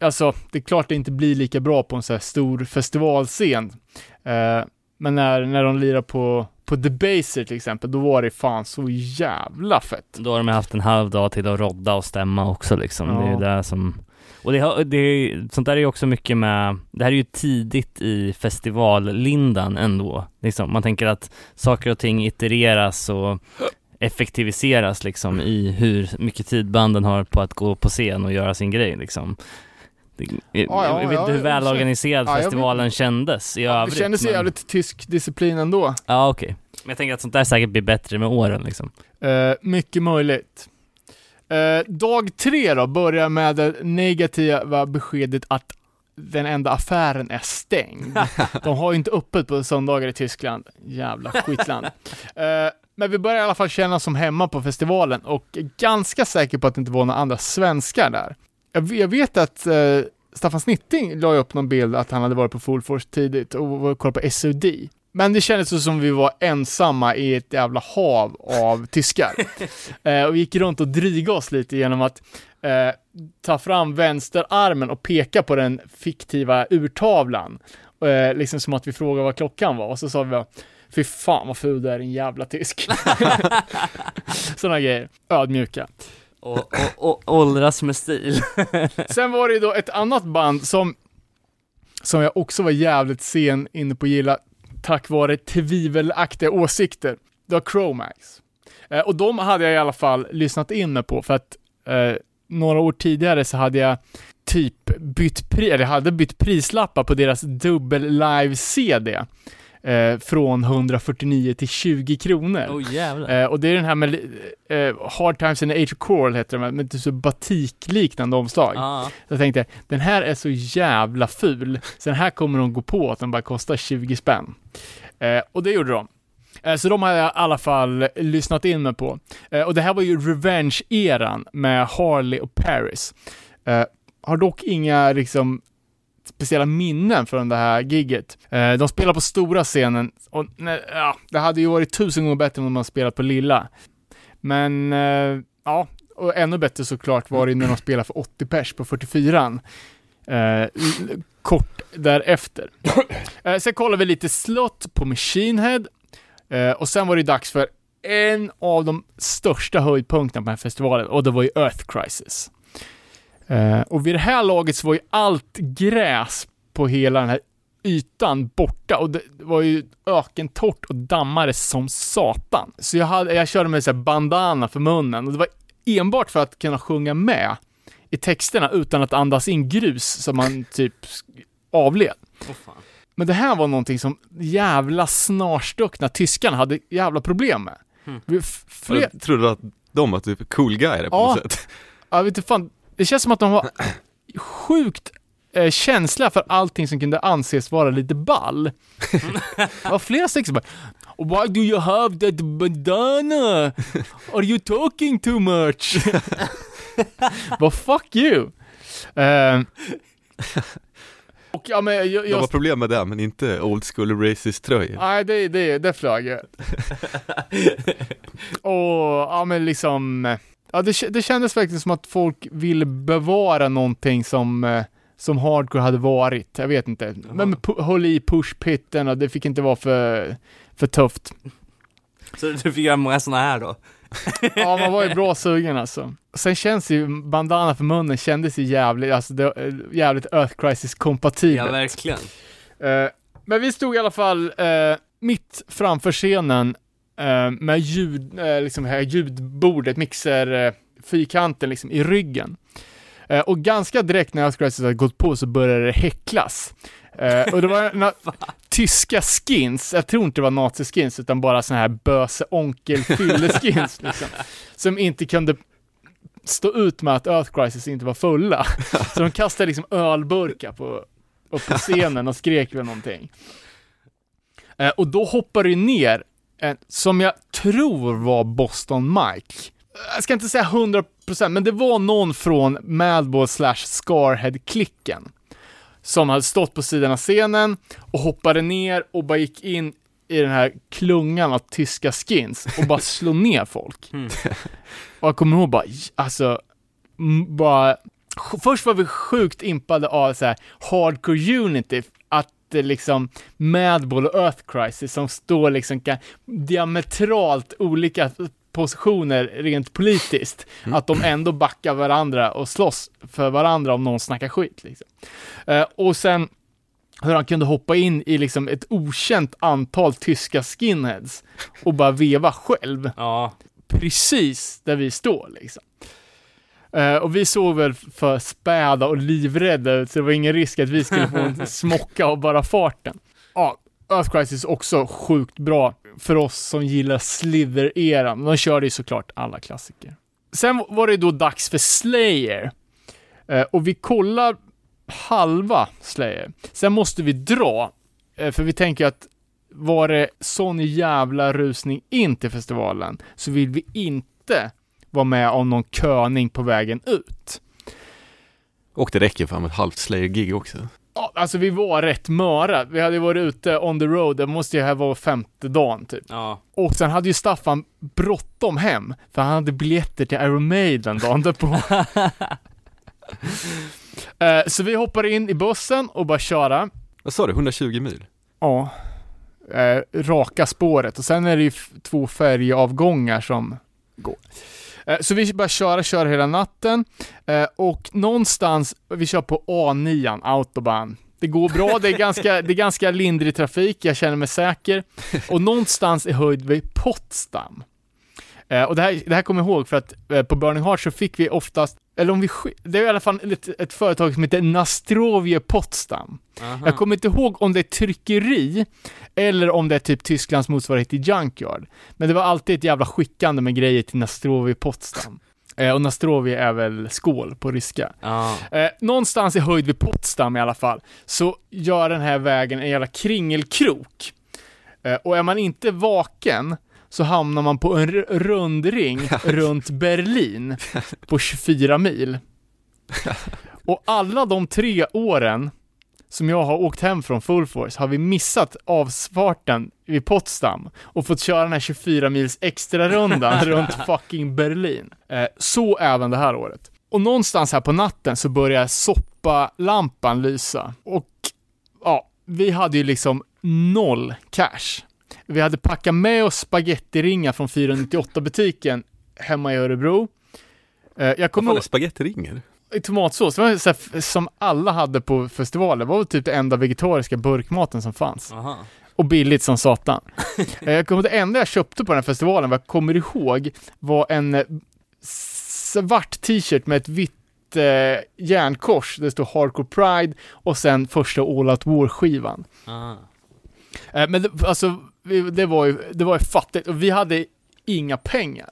alltså, det är klart det inte blir lika bra på en så här stor festivalscen. Men när de lirar på The Baser till exempel, då var det fan så jävla fett. Då har de haft en halv dag till att rodda och stämma också liksom. Ja. Det är det som... Och sånt där är ju också mycket med... Det här är ju tidigt i festivallindan ändå. Liksom, man tänker att saker och ting itereras och effektiviseras liksom i hur mycket tid banden har på att gå på scen och göra sin grej liksom. Jag vet inte hur välorganiserad festivalen kändes i övrigt. Det kändes jävligt tysk disciplin ändå. Ja, okej. Men jag tänker att sånt där säkert blir bättre med åren liksom. Mycket möjligt. Dag 3 då börjar med det negativa beskedet att den enda affären är stängd. De har ju inte öppet på söndagar i Tyskland. Jävla skitland. Men vi börjar i alla fall känna som hemma på festivalen och är ganska säker på att det inte var några andra svenskar där. Jag vet att Staffan Snitting la upp någon bild att han hade varit på Full Force tidigt och kollat på SOD. Men det kändes som vi var ensamma i ett jävla hav av tyskar. Och vi gick runt och dryga oss lite genom att ta fram vänsterarmen och peka på den fiktiva urtavlan. Liksom som att vi frågade vad klockan var. Och så sa vi, fy fan vad ful det är, en jävla tysk. Sådana grejer. Ödmjuka. Och åldras med stil. Sen var det då ett annat band som jag också var jävligt sen inne på gilla tack vare tvivelaktiga åsikter. Det var Chromax. Och de hade jag i alla fall lyssnat in med på för att några år tidigare så hade jag typ bytt prislappar på deras dubbel live CD. Från 149 till 20 kronor. Och det är den här med Hard Times in the Age of Coral heter det, med så batikliknande omslag. Så jag tänkte, den här är så jävla ful, så den här kommer de gå på att den bara kostar 20 spänn. Och det gjorde de. Så de har jag i alla fall lyssnat in med på. Och det här var ju Revenge-eran med Harley och Paris. Har dock inga liksom speciella minnen från det här gigget. De spelar på stora scenen och det hade ju varit 1000 gånger bättre om man spelat på lilla. Men och ännu bättre såklart var det när de spelade för 80 pers på 44an. Kort därefter. Sen kollade vi lite slott på Machine Head. Och sen var det dags för en av de största höjdpunkterna på den här festivalen, och det var ju Earth Crisis. Och vid det här laget så var ju allt gräs på hela den här ytan borta, och det var ju ökentorrt och dammade som satan. Så jag körde med så här bandana för munnen, och det var enbart för att kunna sjunga med i texterna utan att andas in grus som man typ avled. Fan. Men det här var någonting som jävla snarstuckna tyskarna hade jävla problem med. Jag trodde att de var typ cool guy på något sätt. Ja, vet du fan. Det känns som att de var sjukt känsliga för allting som kunde anses vara lite ball. Det var flera stycken bara, why do you have that bandana? Are you talking too much? But fuck you. Och ja, men jag har problem med det, men inte old school racist tröjor. Nej, det flög jag. Och ja, men liksom ja, det kändes verkligen som att folk ville bevara någonting som hardcore hade varit. Jag vet inte. Men håll i pushpitten, och det fick inte vara för tufft. Så du fick göra många såna här då? Ja, man var ju bra sugen alltså. Sen känns ju bandana för munnen kändes ju jävligt, alltså det jävligt Earth Crisis kompatibelt. Ja, verkligen. Men vi stod i alla fall mitt framför scenen med liksom här ljudbordet, mixer fyrkanten liksom i ryggen. Och ganska direkt när Earth Crisis hade gått på så började det häcklas. Och det var tyska skins, jag tror inte det var nazi-skins utan bara såna här böse onkel-fylle-skins liksom, som inte kunde stå ut med att Earth Crisis inte var fulla. Så de kastade liksom ölburkar upp på scenen och skrek väl någonting. Och då hoppade det ner som jag tror var Boston Mike. Jag ska inte säga 100%, men det var någon från Madball/Scarhead-klicken som hade stått på sidan av scenen och hoppade ner och bara gick in i den här klungan av tyska skins och bara slog ner folk. Och jag kommer ihåg bara först var vi sjukt impade av så här hardcore Unity, att det liksom Madball och Earth Crisis som står liksom diametralt olika positioner rent politiskt, att de ändå backar varandra och slåss för varandra om någon snackar skit liksom. Och sen hur han kunde hoppa in i liksom ett okänt antal tyska skinheads och bara veva själv. Ja. Precis där vi står liksom. Och vi såg väl för späda och livrädda ut, så det var ingen risk att vi skulle få en smocka av bara farten. Ja, Earth Crisis också sjukt bra för oss som gillar Slither-eran. De körde ju såklart alla klassiker. Sen var det då dags för Slayer. Och vi kollar halva Slayer. Sen måste vi dra. För vi tänker att var det sån jävla rusning in till festivalen, så vill vi inte vara med om någon köning på vägen ut. Och det räcker för ett halvt Slayer-gig också. Ja, alltså vi var rätt möra. Vi hade varit ute on the road. Det måste ju här vara 5:e dagen typ. Ja. Och sen hade ju Staffan bråttom hem, för han hade biljetter till Iron Maiden dagen därpå. Så vi hoppar in i bussen och bara köra. Vad sa du? 120 mil? Ja. Raka spåret. Och sen är det ju 2 färjeavgångar som går. Så vi bara köra hela natten. Och någonstans, vi kör på A9, Autobahn. Det går bra, det är ganska lindrig trafik, jag känner mig säker. Och någonstans är höjd vid Potsdam. Och det här kommer jag ihåg, för att på Burning Heart så fick vi oftast, eller om vi, det är i alla fall ett företag som heter Nastrovje Potsdam. Aha. Jag kommer inte ihåg om det är tryckeri eller om det är typ Tysklands motsvarighet till Junkyard. Men det var alltid ett jävla skickande med grejer till Nastrovje Potsdam. Och Nastrovje är väl skål på ryska. Någonstans i höjd vid Potsdam i alla fall, så gör den här vägen en jävla kringelkrok. Och är man inte vaken så hamnar man på en rundring runt Berlin på 24 mil. Och alla de 3 åren som jag har åkt hem från Full Force har vi missat avsvarten vid Potsdam och fått köra den här 24 mils extra rundan runt fucking Berlin. Så även det här året. Och någonstans här på natten så börjar soppalampan lysa. Och ja, vi hade ju liksom 0 cash. Vi hade packat med oss spagettiringar från 498-butiken hemma i Örebro. Jag kommer ihåg spagettiringar? I tomatsås. Det var så här, som alla hade på festivalen. Det var typ det enda vegetariska burkmaten som fanns. Aha. Och billigt som satan. Jag kommer ihåg, det enda jag köpte på den här festivalen, vad jag kommer ihåg, var en svart t-shirt med ett vitt järnkors. Det stod Hardcore Pride och sen första All Out War-skivan. Men alltså det var ju fattigt och vi hade inga pengar.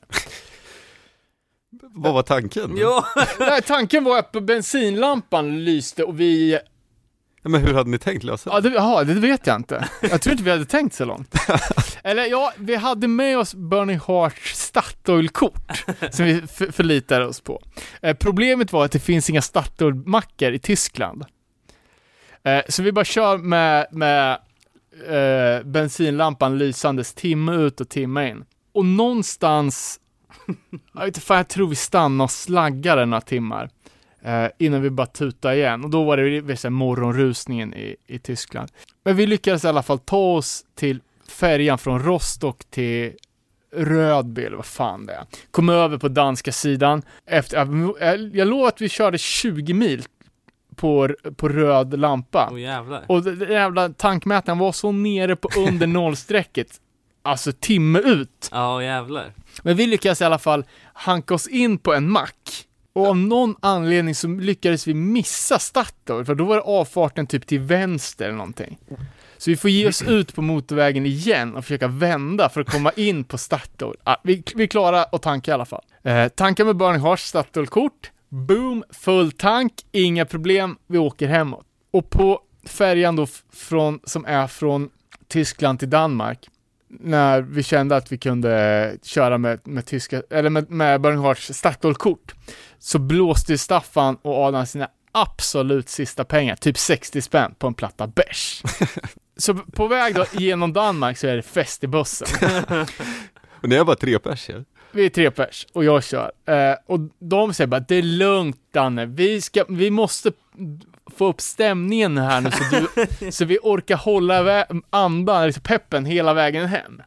Vad var tanken? Ja. Nej, tanken var att bensinlampan lyste och vi... Men hur hade ni tänkt lösa det? Ja, det vet jag inte. Jag tror inte vi hade tänkt så långt. Eller ja, vi hade med oss Burning Hearts Statoil-kort som vi förlitade oss på. Problemet var att det finns inga Statoil-mackor i Tyskland. Så vi bara kör med bensinlampan lysandes timme ut och timme in. Och någonstans jag tror vi stannade och slaggade några timmar innan vi bara tutade igen. Och då var det så här, morgonrusningen i Tyskland. Men vi lyckades i alla fall ta oss till färjan från Rostock till Rödby, eller vad fan det är. Kom över på danska sidan. Jag lovar att vi körde 20 mil på röd lampa. Jävlar. Och den jävla tankmätaren var så nere på under nollstrecket. Alltså timme ut. Ja, jävlar. Men vi lyckades i alla fall hanka oss in på en mack. Och av någon anledning så lyckades vi missa starten. För då var det avfarten typ till vänster eller någonting. Så vi får ge oss ut på motorvägen igen och försöka vända för att komma in på Statoil. Vi klarar att tanka i alla fall. Tanka med Burning Hearts Statoil-kort. Boom, full tank, inga problem. Vi åker hemåt. Och på färjan då som är från Tyskland till Danmark, när vi kände att vi kunde köra med tyska, eller med Burning Hearts Statoil-kort, så blåste Staffan och Adam sina absolut sista pengar, typ 60 spänn på en platta bärs. Så på väg då genom Danmark så är det fest i bussen. Och ni är bara 3 pers här. Vi är 3 pers och jag kör. Och de säger bara, det är lugnt Danne. Vi måste få upp stämningen här nu så vi orkar hålla andan, liksom peppen hela vägen hem.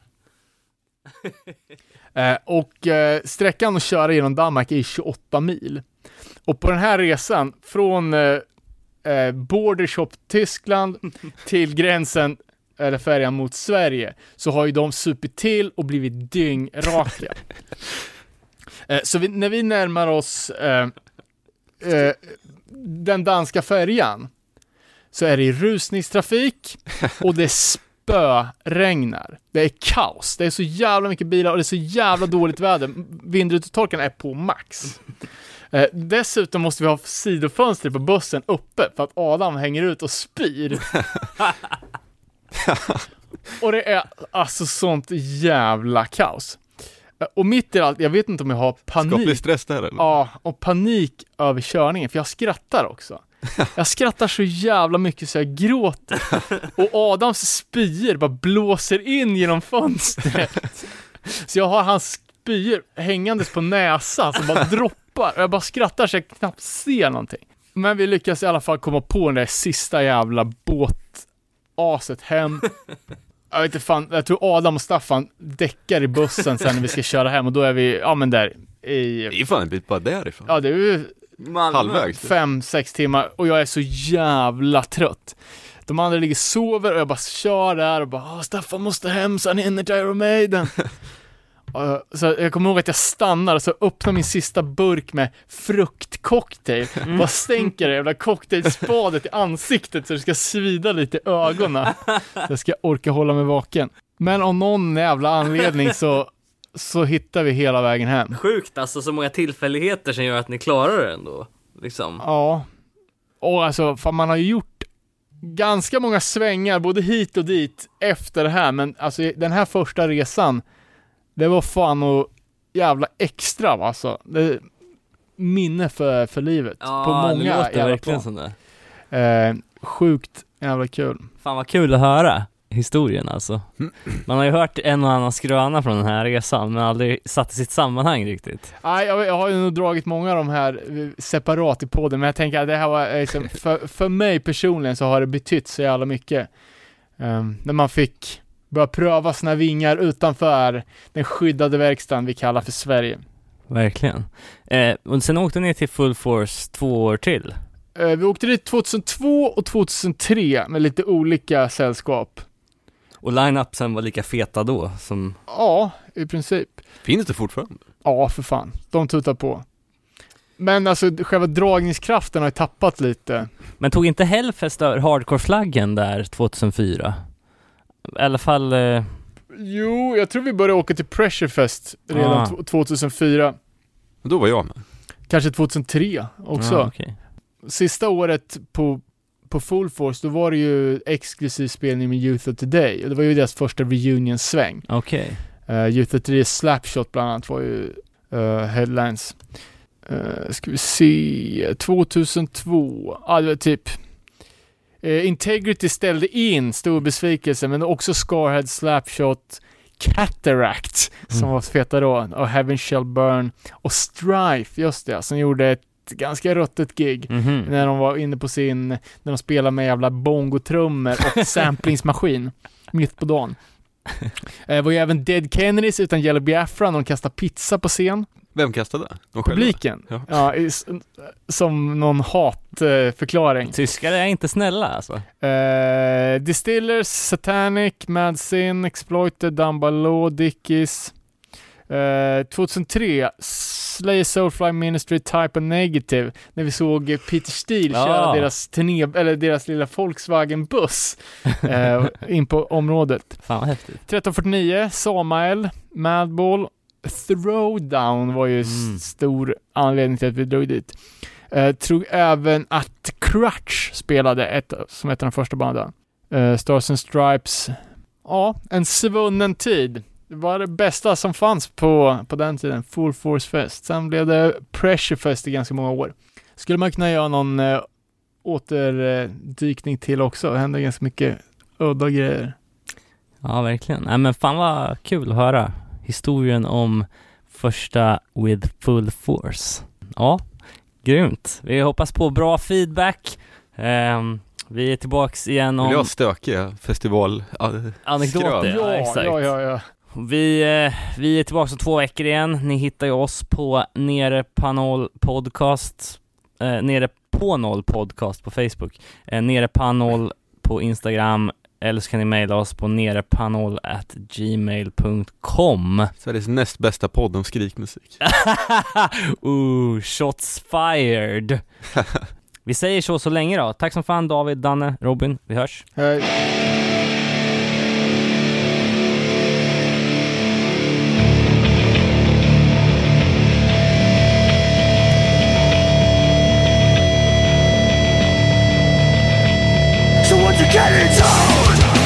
Och sträckan att köra genom Danmark är 28 mil. Och på den här resan från Border Shop Tyskland till gränsen eller färjan mot Sverige så har ju de supit till och blivit dyngraka. Så när vi närmar oss den danska färjan så är det rusningstrafik och det spöregnar. Det är kaos. Det är så jävla mycket bilar och det är så jävla dåligt väder. Vindrutetorkarna är på max. Dessutom måste vi ha sidofönster på bussen uppe för att Adam hänger ut och spyr. Och det är alltså sånt jävla kaos. Och mitt i allt, jag vet inte om jag har panik. Skaplig stress där eller? Ja, och panik över körningen, för jag skrattar också. Jag skrattar så jävla mycket så jag gråter. Och Adams spyor bara blåser in genom fönstret. Så jag har hans spyor hängandes på näsan som bara droppar. Och jag bara skrattar så jag knappt ser någonting. Men vi lyckas i alla fall komma på den där sista jävla båtaset hem. Jag vet inte fan, jag tror Adam och Staffan däckar i bussen sen när vi ska köra hem. Och då är vi, ja men där i... Det är fan en bit bara därifrån. Ja, det är ju halvvägs 5-6 timmar och jag är så jävla trött. De andra ligger och sover och jag bara kör där och bara, Staffan måste hem så han hinner till Iron Maiden. Så jag kommer ihåg att jag stannar och så öppnar min sista burk med fruktcocktail. Bara stänker det jävla cocktailspadet i ansiktet så det ska svida lite i ögonen. Så jag ska orka hålla mig vaken. Men av någon jävla anledning så hittar vi hela vägen hem. Sjukt, alltså så många tillfälligheter som gör att ni klarar det ändå, liksom. Ja. Och alltså, fan, man har ju gjort ganska många svängar både hit och dit efter det här. Men alltså den här första resan, det var fan och jävla extra, va? Alltså. Det är minne för livet. Ja, på många det låter jävla verkligen plan. sån där. Sjukt jävla kul. Fan vad kul att höra historien alltså. Man har ju hört en och annan skröna från den här resan men aldrig satt i sitt sammanhang riktigt. Nej, jag har ju nog dragit många av de här separat i podden, men jag tänker att det här var liksom, för mig personligen så har det betytt så jävla mycket. När man fick börja pröva sina vingar utanför den skyddade verkstaden vi kallar för Sverige. Verkligen. Och sen åkte ni till Full Force 2 år till. Vi åkte dit 2002 och 2003 med lite olika sällskap. Och line-upsen var lika feta då som... Ja, i princip. Finns det fortfarande? Ja, för fan. De tutar på. Men alltså, själva dragningskraften har ju tappat lite. Men tog inte Hellfest hardcore-flaggen där 2004? I alla fall... Jo, jag tror vi började åka till Pressurefest redan 2004. Då var jag med. Kanske 2003 också. Okay. Sista året på Full Force, då var det ju exklusiv spelning med Youth of Today. Och det var ju deras första reunion-sväng. Okej. Youth of Today Slapshot bland annat var ju headlines. Ska vi se... 2002. Ja, det var typ... Integrity ställde in, stor besvikelse, men också Scarhead, Slapshot, Cataract som var feta då, och Heaven Shall Burn och Strife, just det, som gjorde ett ganska ruttet gig när de var inne på när de spelade med jävla bongotrummor och samplingsmaskin mitt på dagen. Det var ju även Dead Kennedys utan Yellow Biafra när de kastade pizza på scen. Vem kastade? De själva? Publiken. Ja, som någon hatförklaring. Tyskar är inte snälla alltså. Distillers, Satanic, Mad Sin, Exploited, Down by Law, Dickies. 2003 Slayer, Soulfly Ministry, Type of Negative, när vi såg Peter Steele köra deras turné, eller deras lilla Volkswagen-buss in på området. Fan vad häftigt. 1349 Samael, Madball, Throwdown var ju stor anledning till att vi drog dit. Tror även att Crutch spelade som ett av de första banden. Stars and Stripes. Ja, en svunnen tid. Det var det bästa som fanns på den tiden. Full Force Fest. Sen blev det Pressure Fest i ganska många år. Skulle man kunna göra någon återdykning till också. Det händer ganska mycket udda grejer. Ja, verkligen. Nej, men fan vad kul att höra historien om första With Full Force. Ja, grymt. Vi hoppas på bra feedback. Vi är tillbaks igen om... Vill jag stökiga festival anekdoter? Ja, exakt. ja. Vi är tillbaka om 2 veckor igen. Ni hittar ju oss på Nere på Noll Podcast, Nere på Noll Podcast på Facebook, Nere på Noll på Instagram, eller så kan ni mejla oss på nerepanoll@gmail.com. Sveriges näst bästa podd om skrikmusik. Shots fired. Vi säger så länge då. Tack som fan David, Danne, Robin. Vi hörs. Hej. So once again it's on.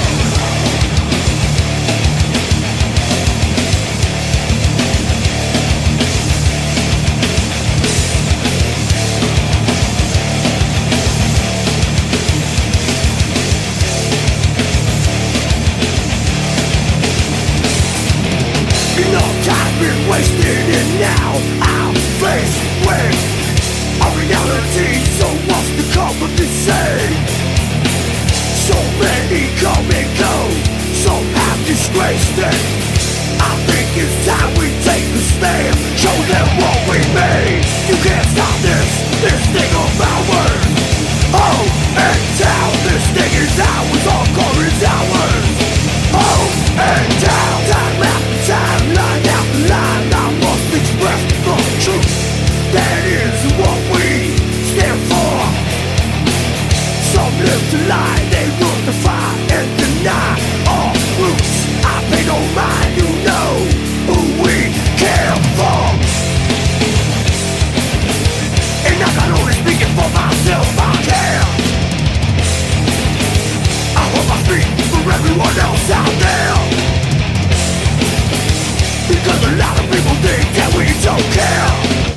Enough time been wasted and now I'm faced with a reality. So what's the come of this say? So many come and go, some have disgraced it. I think it's time we take a stand, show them what we made. You can't stop this thing of ours. Oh, and down, this thing is ours, hardcore is ours. Oh, and down, time after time, line after line, I must express the truth. That is what we stand for. Some live to lie, they will defy and deny all roots. I pay no mind, you know who we care for. And I'm not only speaking for myself, I care. I hope I speak for everyone else out there. Because a lot of people think that we don't care.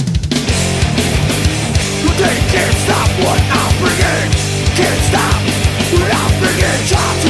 But they can't stop what I'm bringing. Can't stop what I'm bringing. Try to